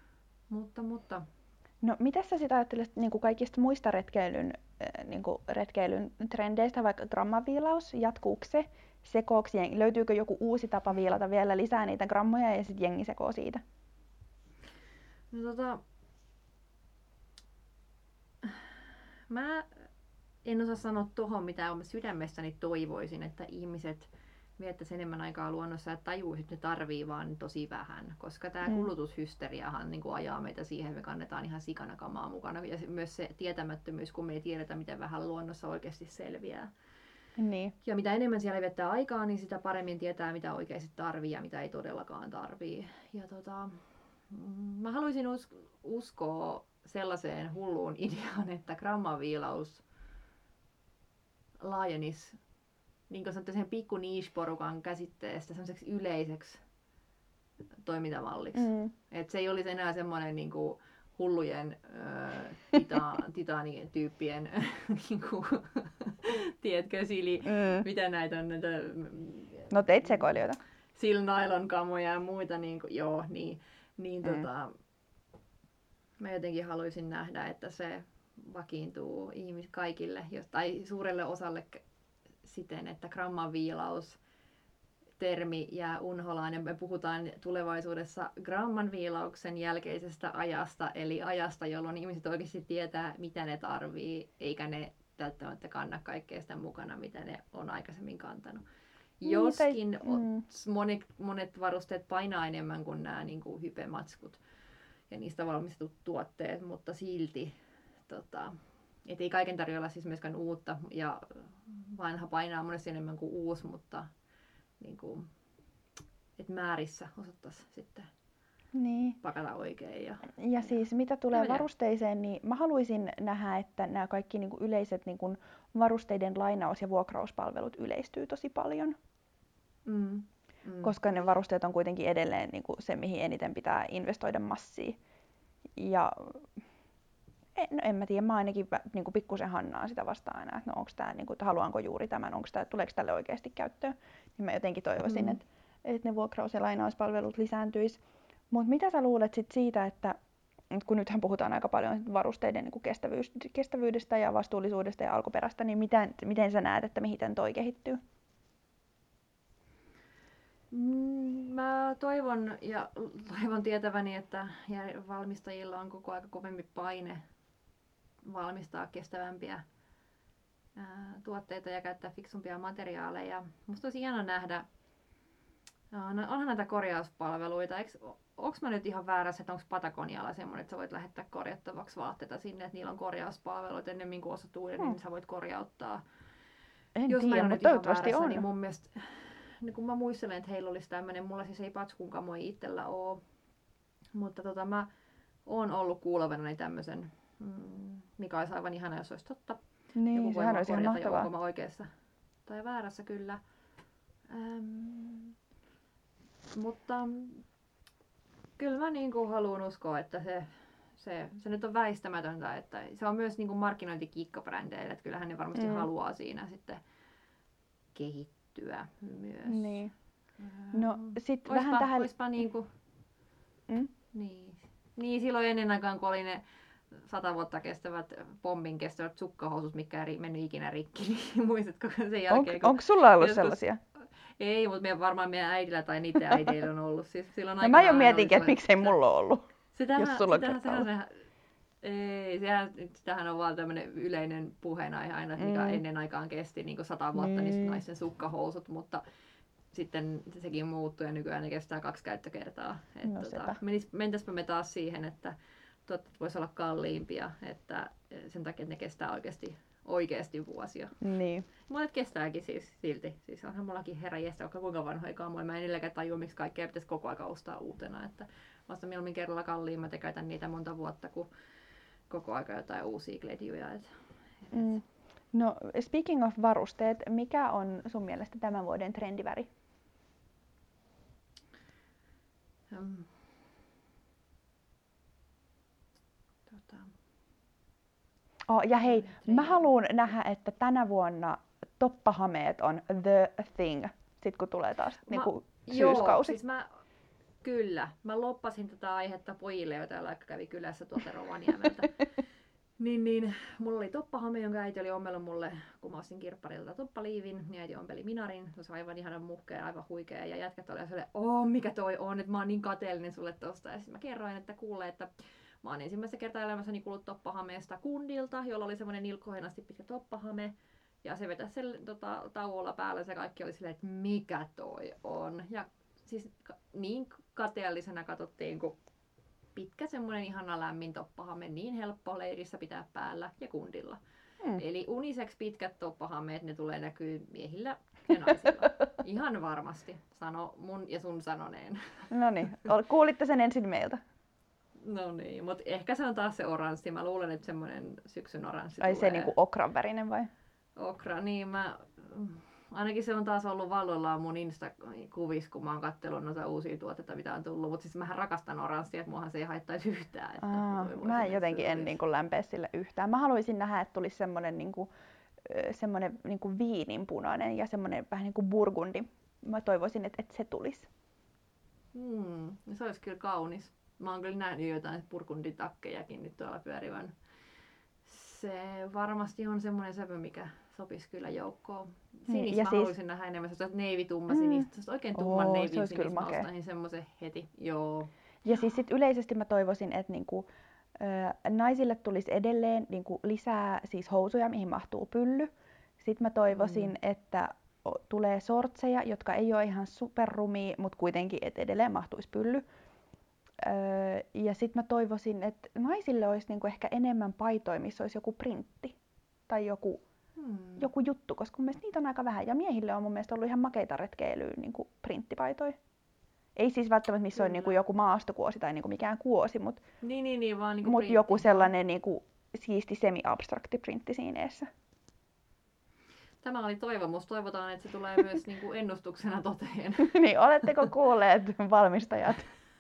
No mitä sä sit ajattelet niinku kaikista muista retkeilyn trendeistä, vaikka grammaviilaus, jatkuuko se? sekooksi? Löytyykö joku uusi tapa viilata vielä lisää niitä grammoja ja sitten jengi sekoo siitä? No mä en osaa sanoa tuohon, mitä sydämessäni toivoisin, että ihmiset viettäisi enemmän aikaa luonnossa ja tajuisi, että ne tarvii vaan tosi vähän. Koska tämä kulutushysteriahan niin kuin ajaa meitä siihen, että me kannetaan ihan sikana kamaa mukana. Ja myös se tietämättömyys, kun me ei tiedetä, miten vähän luonnossa oikeasti selviää. Niin. Ja mitä enemmän siellä viettää aikaa, niin sitä paremmin tietää, mitä oikeasti tarvii ja mitä ei todellakaan tarvii. Ja mä haluaisin uskoa sellaiseen hulluun ideaan, että grammaviilaus laajenisi niin kuin sanotaan, sen pikku niche-porukan käsitteestä sellaiseksi yleiseksi toimintamalliksi. Et se ei olisi enää semmoinen niin kuin hullujen titaanityyppien, niin kuin, tiedätkö, mitä näitä on? Näitä, no teit sekoilijoita. Nylon-kamoja ja muita, mä jotenkin haluaisin nähdä, että se vakiintuu kaikille, tai suurelle osalle siten, että grammanviilaus termi jää unholaan ja me puhutaan tulevaisuudessa grammanviilauksen jälkeisestä ajasta, eli ajasta, jolloin ihmiset oikeasti tietää, mitä ne tarvii, eikä ne välttämättä kanna kaikkea sitä mukana, mitä ne on aikaisemmin kantanut. Joskin monet varusteet painaa enemmän kuin nämä niin kuin hypematskut ja niistä valmistetut tuotteet, mutta silti ei kaiken tarjolla siis myöskään uutta ja vanha painaa monesti enemmän kuin uusi, mutta niin kuin, että määrissä osattaisiin sitten pakata oikein. Ja siis mitä tulee varusteiseen, niin mä haluaisin nähdä, että nämä kaikki niin kuin yleiset niin kuin varusteiden lainaus- ja vuokrauspalvelut yleistyy tosi paljon. Koska ne varusteet on kuitenkin edelleen niin kuin se, mihin eniten pitää investoida massia. Ja en mä tiedä, mä ainakin niin kuin pikkusen hannaan sitä vastaan aina, että no onko tää, niin kuin, että haluanko juuri tämän, tuleeko tälle oikeasti käyttöön. Niin mä jotenkin toivoisin, että ne vuokraus- ja lainauspalvelut lisääntyis. Mutta mitä sä luulet sit siitä, että kun nythän puhutaan aika paljon varusteiden niin kuin kestävyydestä ja vastuullisuudesta ja alkuperästä, niin miten sä näet, että mihin toi kehittyy? Mä toivon tietäväni, että valmistajilla on koko ajan kovempi paine valmistaa kestävämpiä tuotteita ja käyttää fiksumpia materiaaleja. Musta olisi hienoa nähdä, onhan näitä korjauspalveluita. Onko mä nyt ihan väärässä, että onko Patagonialla semmoinen, että sä voit lähettää korjattavaksi vaatteita sinne, että niillä on korjauspalveluita ennen kuin ostat uuden, niin sä voit korjauttaa. En tiedä, mutta toivottavasti on. Niin mun mielestä, niin kun mä muistelen, että heillä olisi tämmöinen, mulla siis ei patskunkamoi itsellä ole, mutta mä oon ollut kuulevanani tämmöisen, mikä olisi aivan ihana, jos olisi totta. Niin, sehän olisi ihan mahtavaa. Onko mä oikeassa tai väärässä, kyllä. Mutta kyllä mä niin kuin haluan uskoa, että se nyt on väistämätöntä, että se on myös niin kuin markkinointikiikka brändeille, että kyllähän ne varmasti haluaa siinä sitten kehittyä myös. Niin. No sit vähän tähän... Oispa niinku... Niin, silloin ennen aikaan, kun oli ne 100 vuotta kestävät, pommin kestävät sukkahousut, mikä ei mennyt ikinä rikki, niin muistatko sen jälkeen? Onko sulla ollut sellaisia? Ei, mutta varmaan meidän äidillä tai niiden äideillä on ollut. Siis silloin no mä jo mietinkin, että miksei mulla ole ollut, jos sulla on sitähän on vaan tämmöinen yleinen puheenaihe aina, mikä ennen aikaan kesti niin 100 vuotta niin naisten sukkahousut, mutta sitten sekin muuttui ja nykyään ne kestää 2 käyttökertaa. Mentäispä me taas siihen, että tuotteet voisi olla kalliimpia, että sen takia, että ne kestää oikeasti vuosia. Niin. Monet kestääkin siis silti. Siis onhan mullakin herranjestä, vaikka kuinka vanhoja kamoja. Mä en edelläkään tajua, miksi kaikkea pitäisi koko ajan ostaa uutena. Että vasta mieluummin kerralla kalliimmat ja käytän niitä monta vuotta, kun koko ajan jotain uusia kledjuja. No, speaking of varusteet, mikä on sun mielestä tämän vuoden trendiväri? Ja hei, mä haluan nähdä, että tänä vuonna toppahameet on the thing, sit kun tulee taas niinku syyskausi. Siis mä loppasin tätä aihetta pojille, joita kävi kylässä tuolta Rovaniemeltä. Niin, mulla oli toppahame, jonka äiti oli ommellut mulle, kun mä ostin kirpparilta toppaliivin, niin äiti ompeli minarin. Se on aivan ihana muhkea, aivan huikea. Ja jätkät oli silleen, mikä toi on, että mä oon niin kateellinen sulle tosta. Ja sitten mä kerroin, että kuule, että mä oon ensimmäistä kertaa elämässäni kuullut toppahameesta kundilta, jolla oli semmonen nilkkoihin asti pitkä toppahame. Ja se vetäisi sen tauolla päälle, se kaikki oli silleen, että mikä toi on. Ja siis niin kateellisena katsottiin, kun pitkä semmoinen ihana lämmin toppahame, niin helppo leirissä pitää päällä ja kundilla. Eli uniseksi pitkät toppahameet, ne tulee näkyy miehillä ja naisilla. Ihan varmasti, sano mun ja sun sanoneen. No niin, kuulitte sen ensin meiltä. No niin, mutta ehkä se on taas se oranssi. Mä luulen, että semmoinen syksyn oranssi ai tulee. se niinku okran värinen vai? Okra, niin ainakin se on taas ollut valloillaan mun Insta-kuvissa, kun mä oon katsellut noita uusia tuotteita, mitä on tullut. Mutta siis mähän rakastan oranssia, että muahan se ei haittaisi yhtään. Että mä jotenkin en niinku lämpeä sille yhtään. Mä haluaisin nähdä, että tulisi semmonen niinku viininpunainen ja semmonen vähän niinku burgundi. Mä toivoisin, että se tulisi. Se olisi kyllä kaunis. Mä oon kyllä nähnyt jotain burgunditakkejakin nyt tuolla pyörivän. Se varmasti on semmoinen sävy, mikä sopisi kyllä joukkoon. Sinistä mä haluaisin nähdä enemmän, se olisi neivitumma sinistä. Se olisi oikein tumman neivin sinistä. Mä ostaisin semmoisen heti. Joo. Ja siis sit yleisesti mä toivoisin, että niinku, naisille tulisi edelleen niinku lisää siis housuja, mihin mahtuu pylly. Sitten mä toivoisin, että tulee sortseja, jotka ei ole ihan superrumia, mutta kuitenkin, että edelleen mahtuisi pylly. Ja sitten mä toivoisin, että naisille olisi niinku ehkä enemmän paitoja, missä olisi joku printti tai joku juttu, koska mun mielestä niitä on aika vähän. Ja miehille on mun mielestä ollut ihan makeita retkeilyä niinku printtipaitoja. Ei siis välttämättä missä on niinku joku maastokuosi tai niinku mikään kuosi, mutta vaan niinku joku sellainen niinku siisti semi-abstrakti printti siinä eessä. Tämä oli toivomus. Toivotaan, että se tulee myös niinku ennustuksena toteen. Niin, oletteko kuulleet valmistajat?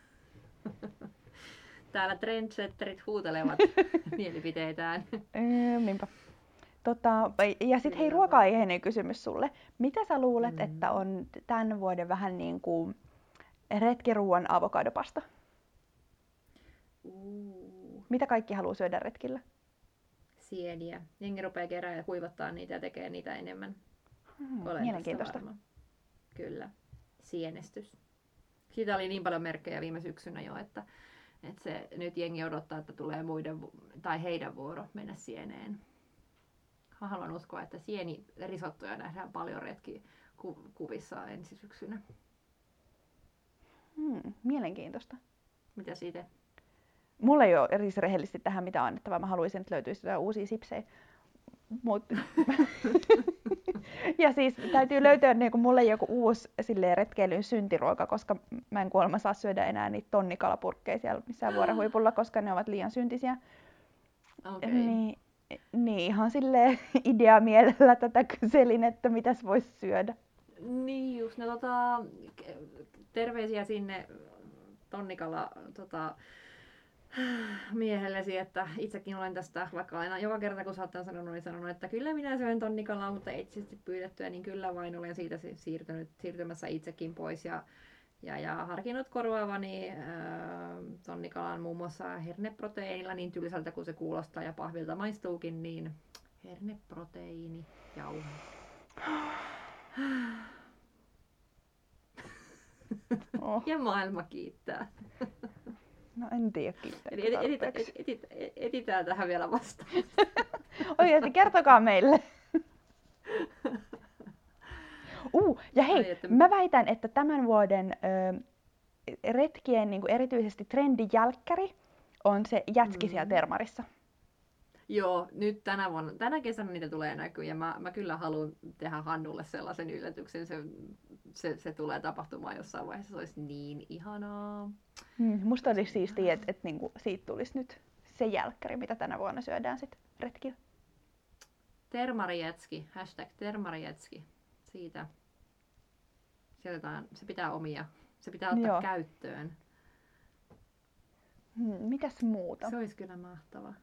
Täällä trendsetterit huutelevat mielipiteitään. Niinpä. Ja sitten hei, ruoka-aiheinen kysymys sulle. Mitä sä luulet, että on tämän vuoden vähän niin kuin retkiruuan avokadopasta? Mitä kaikki haluaa syödä retkillä? Sieniä. Jengi rupeaa kerää ja kuivattaa niitä ja tekee niitä enemmän. Mielenkiintoista. Varma. Kyllä. Sienestys. Siitä oli niin paljon merkkejä viime syksynä jo, että se nyt jengi odottaa, että tulee muiden tai heidän vuoro mennä sieneen. Mä haluan uskoa, että sienirisottoja nähdään paljon retkikuvissa ensi syksynä. Mielenkiintoista. Mitä siitä? Mulla ei ole rehellisesti tähän mitään annettavaa. Mä haluaisin, että löytyisi jotain uusia sipsejä. Ja siis täytyy löytää niinku mulle joku uusi retkeilyn syntiruoka, koska mä en kuulemma saa syödä enää niitä tonnikalapurkkeja siellä missään vuoren huipulla, koska ne ovat liian syntisiä. Okay. Niin ihan silleen ideamielellä tätä kyselin, että mitäs voisi syödä. Niin just, no terveisiä sinne tonnikala miehellesi, että itsekin olen tästä, vaikka aina joka kerta kun sä oot sanonut, että kyllä minä syön tonnikalaa, mutta etsisesti pyydettyä, niin kyllä vain olen siitä siirtymässä itsekin pois ja harkinnut korvaavani tonnikalan muun muassa herneproteiinilla, niin tylsältä kuin se kuulostaa ja pahvilta maistuukin, niin herneproteiini jauhe. Ja maailma kiittää. No en tiedä kiittää. Eli etitään tähän vielä vastaan. Oikeasti kertokaa meille. Ja hei, mä väitän, että tämän vuoden retkien niin kuin erityisesti trendijälkkäri on se jätski siellä Termarissa. Joo, nyt tänä kesänä niitä tulee näkyä ja mä kyllä haluan tehdä Hannulle sellaisen yllätyksen. Se tulee tapahtumaan jossain vaiheessa, se olisi niin ihanaa. Musta olisi siistiä, että niinku siitä tulisi nyt se jälkkäri, mitä tänä vuonna syödään sit retkillä. Termarijetski, #termarijetski. Siitä. Se pitää omia. Se pitää ottaa käyttöön. Mitäs muuta? Se olisi kyllä mahtava.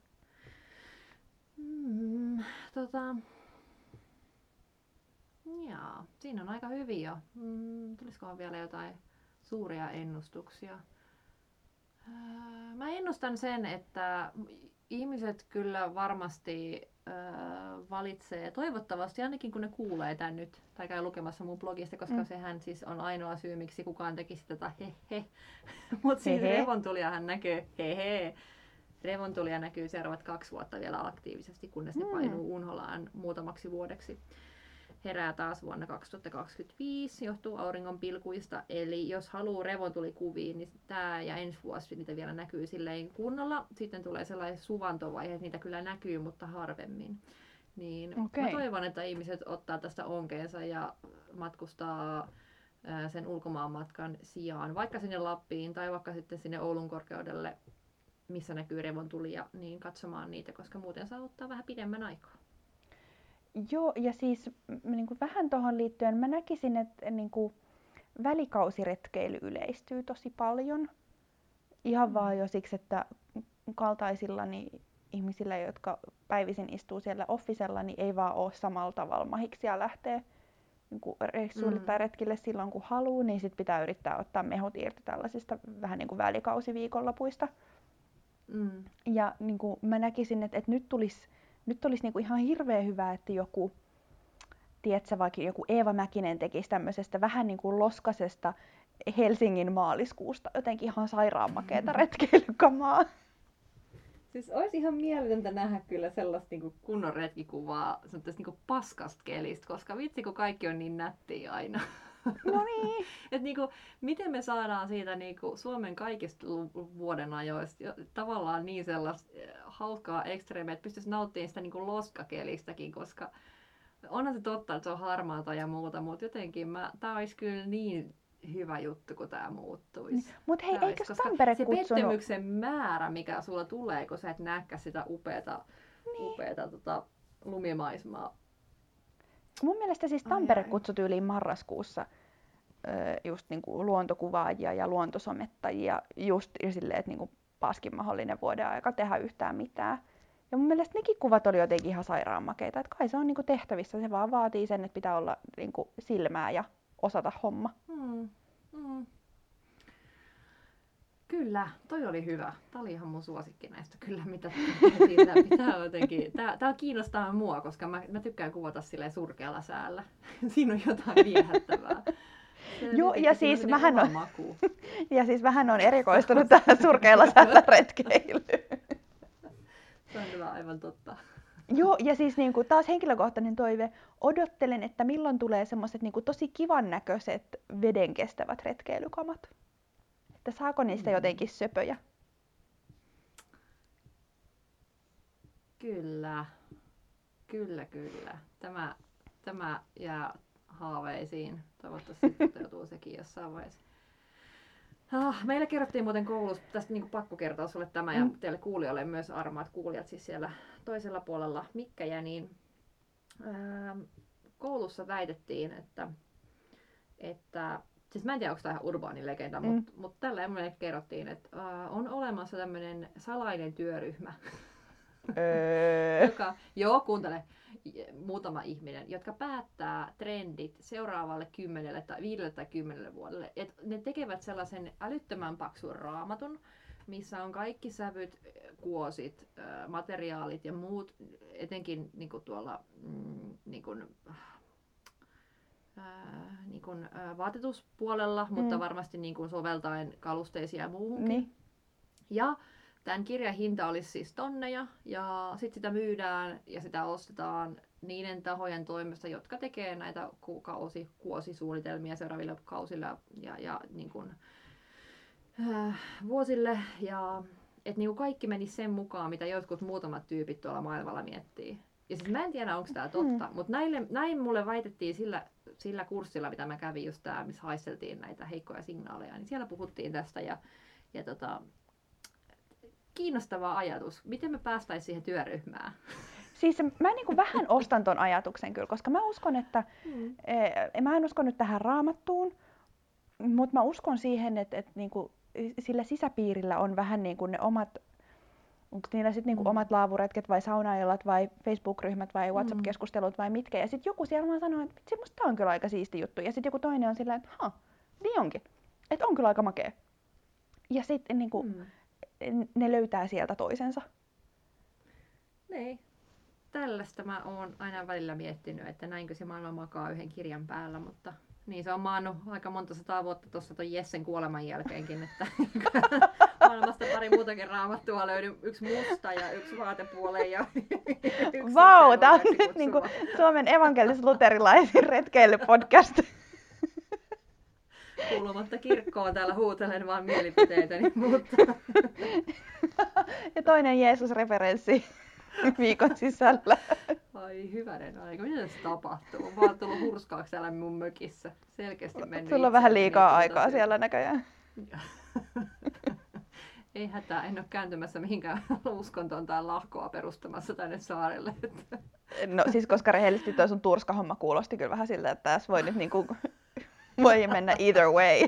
Jaa, siinä on aika hyvin jo. Tulisikohan vielä jotain suuria ennustuksia? Mä ennustan sen, että ihmiset kyllä varmasti valitsee, toivottavasti ainakin kun ne kuulee tän nyt, tai käy lukemassa mun blogista, koska sehän siis on ainoa syy, miksi kukaan tekisi tätä he. Mutta siis revontuliahan näkyy Revontulia näkyy seuraavat 2 vuotta vielä aktiivisesti, kunnes ne painuu unholaan muutamaksi vuodeksi. Herää taas vuonna 2025, johtuu auringonpilkuista. Eli jos haluaa revontulikuviin, niin tämä ja ensi vuosi niitä vielä näkyy silleen kunnolla. Sitten tulee sellaiset suvantovaiheet, niitä kyllä näkyy, mutta harvemmin. Niin mä toivon, että ihmiset ottaa tästä onkeensa ja matkustaa sen ulkomaanmatkan sijaan, vaikka sinne Lappiin tai vaikka sitten sinne Oulun korkeudelle, missä näkyy revontulia, niin katsomaan niitä, koska muuten saa ottaa vähän pidemmän aikaa. Joo, ja siis niin kuin vähän tuohon liittyen mä näkisin, että niin kuin välikausiretkeily yleistyy tosi paljon. Ihan vaan jo siksi, että kaltaisillani ihmisillä, jotka päivisin istuu siellä officella, niin ei vaan ole samalla tavalla mahiksia lähteä niin reissuille tai retkille silloin kun haluaa, niin sit pitää yrittää ottaa mehut irti tällaisista vähän niin kuin välikausiviikonlopuista. Ja niin kuin mä näkisin, että nyt olisi niin kuin ihan hirveän hyvä, että joku, tiedätkö, vaikka joku Eeva Mäkinen tekisi tämmöisestä vähän niin kuin loskasesta Helsingin maaliskuusta jotenkin ihan sairaan makeata retkeilykamaa. Siis olisi ihan mieletöntä nähdä kyllä sellaista niin kunnon retkikuvaa niin paskasta kelistä, koska vitsi kun kaikki on niin nättiä aina. No niin. Et niin kuin, miten me saadaan siitä niin kuin Suomen kaikista vuodenajoista tavallaan niin sellaista hauskaa ekstreemiä, että pystyisi nauttimaan sitä niin kuin loskakelistäkin, koska onhan se totta, että se on harmaata ja muuta, mutta jotenkin tämä olisi kyllä niin hyvä juttu, kun tämä muuttuisi. Mutta hei, eikö Tampere se pettymyksen määrä, mikä sulla tulee, kun sä et näkään sitä upeata lumimaismaa. Mun mielestä siis Tampere kutsui tyyliin marraskuussa just niinku luontokuvaajia ja luontosomettajia just silleen, että niinku paskin mahdollinen vuoden aika tehdä yhtään mitään. Ja mun mielestä nekin kuvat oli jotenkin ihan sairaan makeita. Että kai se on niinku tehtävissä, se vaan vaatii sen, että pitää olla niinku silmää ja osata homma. Kyllä, toi oli hyvä. Tää oli ihan mun suosikki näistä kyllä, mitä pitää jotenkin. Tää kiinnostaa mua, koska mä tykkään kuvata silleen surkealla säällä. Siinä on jotain viehättävää. Joo, ja siis vähän on erikoistunut tähän surkealla säällä retkeilyyn. Se on kyllä aivan totta. Joo, ja siis niinku taas henkilökohtainen toive. Odottelen, että milloin tulee semmoiset niinku tosi kivan näköiset vedenkestävät retkeilykamat. Että saako niistä jotenkin söpöjä? Kyllä. Tämä jää haaveisiin. Toivottavasti toteutuu sekin jossain vaiheessa. Meillä kerrottiin muuten koulussa, tästä niin pakko kertoa sulle tämä ja teille kuulijoille myös armaat kuulijat siis siellä toisella puolella mikkejä, niin koulussa väitettiin, että siis mä en tiedä, onko tämä ihan urbaani legenda, mutta tällä meille kerrottiin, että on olemassa tämmöinen salainen työryhmä, kuuntele, muutama ihminen, jotka päättää trendit seuraavalle 10 tai 5 tai 10 vuodelle. Et ne tekevät sellaisen älyttömän paksun raamatun, missä on kaikki sävyt, kuosit, materiaalit ja muut, etenkin niinku tuolla vaatetuspuolella, mutta varmasti niinku soveltaen kalusteisia ja muuhunkin. Niin. Ja tämän kirjan hinta olisi siis tonneja ja sitten sitä myydään ja sitä ostetaan niiden tahojen toimesta, jotka tekee näitä kuosisuunnitelmia seuraaville kausille ja niin kuin, vuosille. Ja että niin kuin kaikki menisi sen mukaan, mitä jotkut muutamat tyypit tuolla maailmalla miettii. Ja siis mä en tiedä, onko tämä totta, mutta näin mulle väitettiin sillä kurssilla, mitä mä kävin just tää, missä haisteltiin näitä heikkoja signaaleja, niin siellä puhuttiin tästä ja kiinnostava ajatus. Miten me päästäisiin siihen työryhmään? Siis mä niin kuin vähän ostan ton ajatuksen kyllä, koska mä uskon, että mä en usko nyt tähän raamattuun, mutta mä uskon siihen, että niin kuin sillä sisäpiirillä on vähän niin kuin ne omat, onko niillä sitten niin omat laavuretket vai saunaillat vai Facebook-ryhmät vai WhatsApp-keskustelut vai mitkä. Ja sitten joku siellä vaan sanoo, että musta tää on kyllä aika siisti juttu. Ja sitten joku toinen on sillä, että niin onkin. Että on kyllä aika makea. Ja sitten niin kuin, ne löytää sieltä toisensa. Niin. Tällaista mä oon aina välillä miettinyt, että näinkö se maailma makaa yhden kirjan päällä, mutta niin se on maannut aika monta sataa vuotta tuossa ton Jessen kuoleman jälkeenkin, että maailmasta pari muutakin raamattua löydy, yksi musta ja yksi vaatepuoleen ja yksi Vau, tää on nyt niinku Suomen evankelis-luterilaisin retkeilypodcast. Kuulumatta kirkkoon täällä huutelen vaan mielipiteitäni, mutta... Ja toinen Jeesus-referenssi viikon sisällä. Ai hyvänen aika, mitä tässä tapahtuu? Mä oon tullut hurskaaksi täällä mun mökissä. Selkeästi mennyt. Sulla on vähän liikaa aikaa siellä näköjään. Ei hätää, en ole kääntymässä mihinkään uskontoon tai lahkoa perustamassa tänne saarelle. No siis koska rehellisesti toi sun turskahomma kuulosti kyllä vähän siltä, että tässä voi nyt niinku... Voi mennä either way.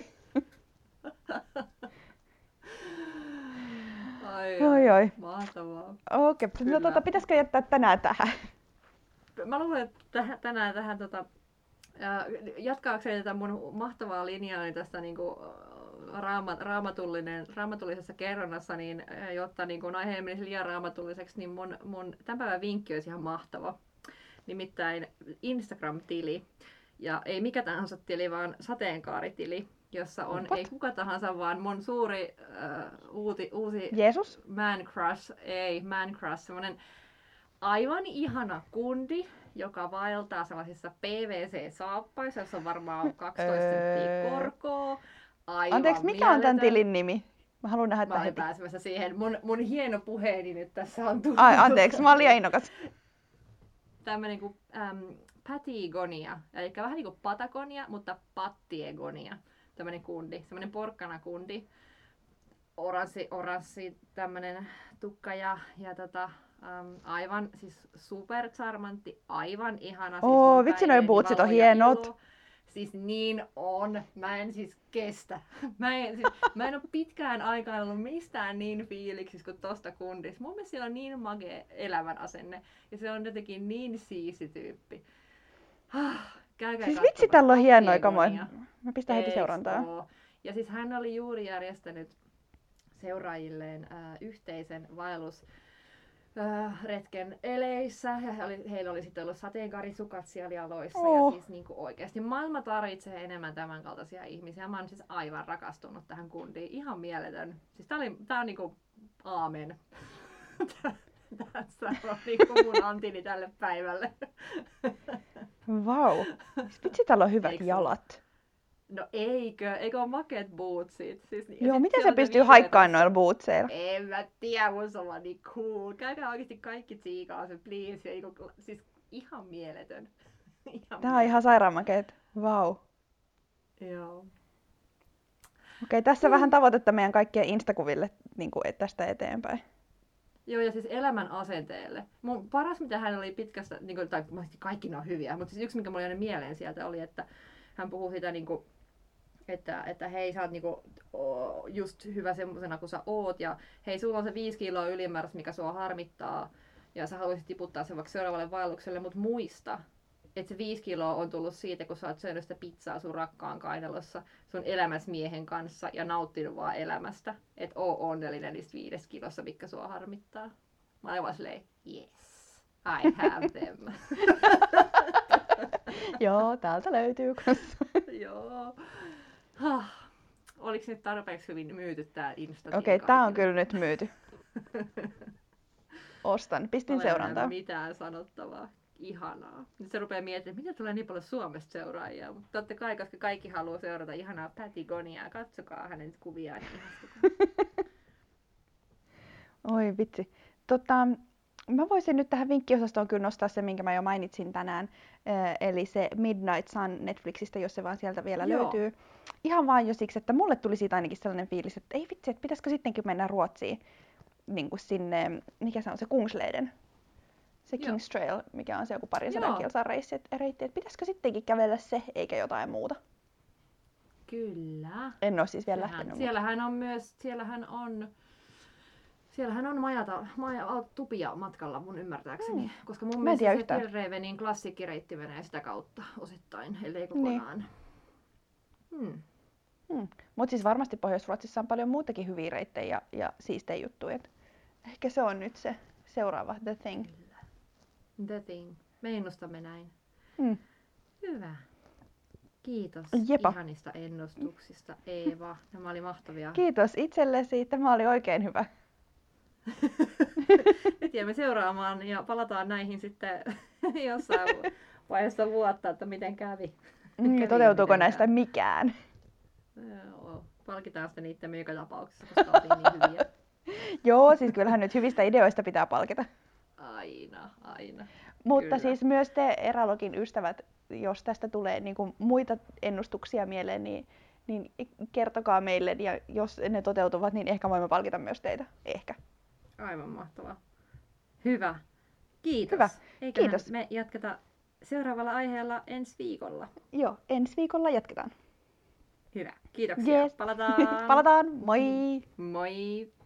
Ai. Mahtavaa. Okei, no pitäisikö jättää tänään tähän? Mä luulen, että tänään tähän jatkaakseni tätä mun mahtavaa linjaani tästä niinku raamatullisessa kerronnassa, niin jotta niin kun aihe menisi liian raamatulliseksi, niin mun tämän päivän vinkki olisi ihan mahtava. Nimittäin Instagram-tili. Ja ei mikä tahansa tili, vaan sateenkaaritili, jossa on ei kuka tahansa, vaan mun suuri uusi Jeesus? Man crush, semmonen aivan ihana kundi, joka vaeltaa sellaisissa PVC-saappaissa, jossa on varmaan 12 senttiä korkoa. Aivan anteeksi, mikä on tämän tilin nimi? Mä haluan nähdä tämän heti. Mä olen pääsemässä siihen. Mun hieno puheeni nyt tässä on tullut. Ai, anteeksi, mä olin liian innokas. Tämmönen kuin Patigonia, eli vähän niin kuin Patagonia, mutta Pattiegonia. Tämmönen kundi, semmonen porkkanakundi. Oranssi tämmönen tukka ja aivan siis super charmantti, aivan ihana. Siis vitsi noi bootsit on hienot. Siis niin on. Mä en siis kestä. Mä en ole pitkään aikaan ollut mistään niin fiiliksissä kuin tosta kundista. Mun mielestä siellä on niin magea elävän asenne. Ja se on jotenkin niin siisti tyyppi. Siis vitsi, tällä on hienoja kamoja. Mä pistän heti seurantaa. Ja siis hän oli juuri järjestänyt seuraajilleen yhteisen vaellusretken eleissä. Ja heillä oli sitten ollut sateenkaarisukat siellä jaloissa. Ja siis niinku oikeasti maailma tarvitsee enemmän tämän kaltaisia ihmisiä. Mä oon siis aivan rakastunut tähän kundiin. Ihan mieletön. Siis tää on niinku aamen. Tässä on niinku mun antini tälle päivälle. Vau. Vitsi, täällä on hyvät jalat. No eikö ole makeat bootsit? Siis, joo, miten se pystyy haikkaamaan noilla bootseilla? En mä tiedä, mun se on niin cool. Käykää oikeesti kaikki tsiikaa se, please. Siis ihan mieletön. Tää on ihan sairaan makeet. Vau. Joo. Okei, tässä vähän tavoitetta meidän kaikkien Instakuville niin kuin eteenpäin. Joo, ja siis elämän asenteelle. Mun paras, mitä hän oli pitkästä, niin kuin, tai kaikki ne on hyviä, mutta siis yksi, mikä mulle jäi mieleen sieltä, oli, että hän puhui sitä, niin kuin, että hei, sä oot niin kuin, just hyvä semmosena kuin sä oot, ja hei, sulla on se 5 kiloa ylimääräistä, mikä sua harmittaa, ja sä haluaisit tiputtaa sen vaikka seuraavalle vaellukselle, mutta muista, että se 5 kiloa on tullut siitä, kun sä oot syönyt sitä pizzaa sun rakkaan kainalossa sun elämäsmiehen kanssa ja nauttinut vaan elämästä. Että oo onnellinen niistä 5 kilossa, mikä sua harmittaa. Mä olin vaan silleen, yes, I have them. Joo, täältä löytyy kanssa. Joo. Oliko nyt tarpeeksi hyvin myyty tää Insta? Okei, tää on kyllä nyt myyty. Ostan, pistin seurantaa. Mitään sanottavaa. Ihanaa. Nyt se rupeaa miettimään, että miten tulee niin paljon Suomesta seuraajia. Mutta totta kai, koska kaikki haluaa seurata ihanaa Patigoniaa. Katsokaa hänen kuviaan. Oi vitsi. Mä voisin nyt tähän vinkkiosastoon kyllä nostaa se, minkä mä jo mainitsin tänään. Eli se Midnight Sun Netflixistä, jos se vaan sieltä vielä löytyy. Ihan vaan jo siksi, että mulle tuli siitä ainakin sellainen fiilis, että ei vitsi, että pitäisikö sittenkin mennä Ruotsiin. Niin kuin sinne, mikä se on, se Kungsleden. Se King's Trail, mikä on se joku 200 kilsan reitti, että pitäisikö sittenkin kävellä se, eikä jotain muuta? Kyllä. En ole siis vielä lähtenyt. Siellähän on tupia matkalla mun ymmärtääkseni, koska mun mielestä se Fjällrävenin klassikkireitti menee sitä kautta osittain, ellei kokonaan. Niin. Mutta siis varmasti Pohjois-Ruotsissa on paljon muutakin hyviä reittejä ja siistejä juttuja. Ehkä se on nyt se seuraava The Thing. The Thing. Me ennustamme näin. Mm. Hyvä. Kiitos Jepa. ihanista ennustuksista, Eeva. Nämä oli mahtavia. Kiitos itsellesi. Tämä oli oikein hyvä. Nyt jäämme seuraamaan ja palataan näihin sitten jossain vaiheessa vuotta, että miten kävi. Toteutuuko näistä mikään? Joo, palkitaan sitten niiden joka tapauksessa, koska oltiin niin hyviä. Joo, siis kyllähän nyt hyvistä ideoista pitää palkita. Aina. Mutta Kyllä. siis myös te Eralogin ystävät, jos tästä tulee niin kuin muita ennustuksia mieleen, niin kertokaa meille. Ja jos ne toteutuvat, niin ehkä voimme palkita myös teitä. Ehkä. Aivan mahtavaa. Hyvä. Kiitos. Hyvä. Eiköhän Kiitos. me jatketa seuraavalla aiheella ensi viikolla. Joo, ensi viikolla jatketaan. Hyvä. Kiitoksia. Yes. Palataan. Palataan. Moi! Moi!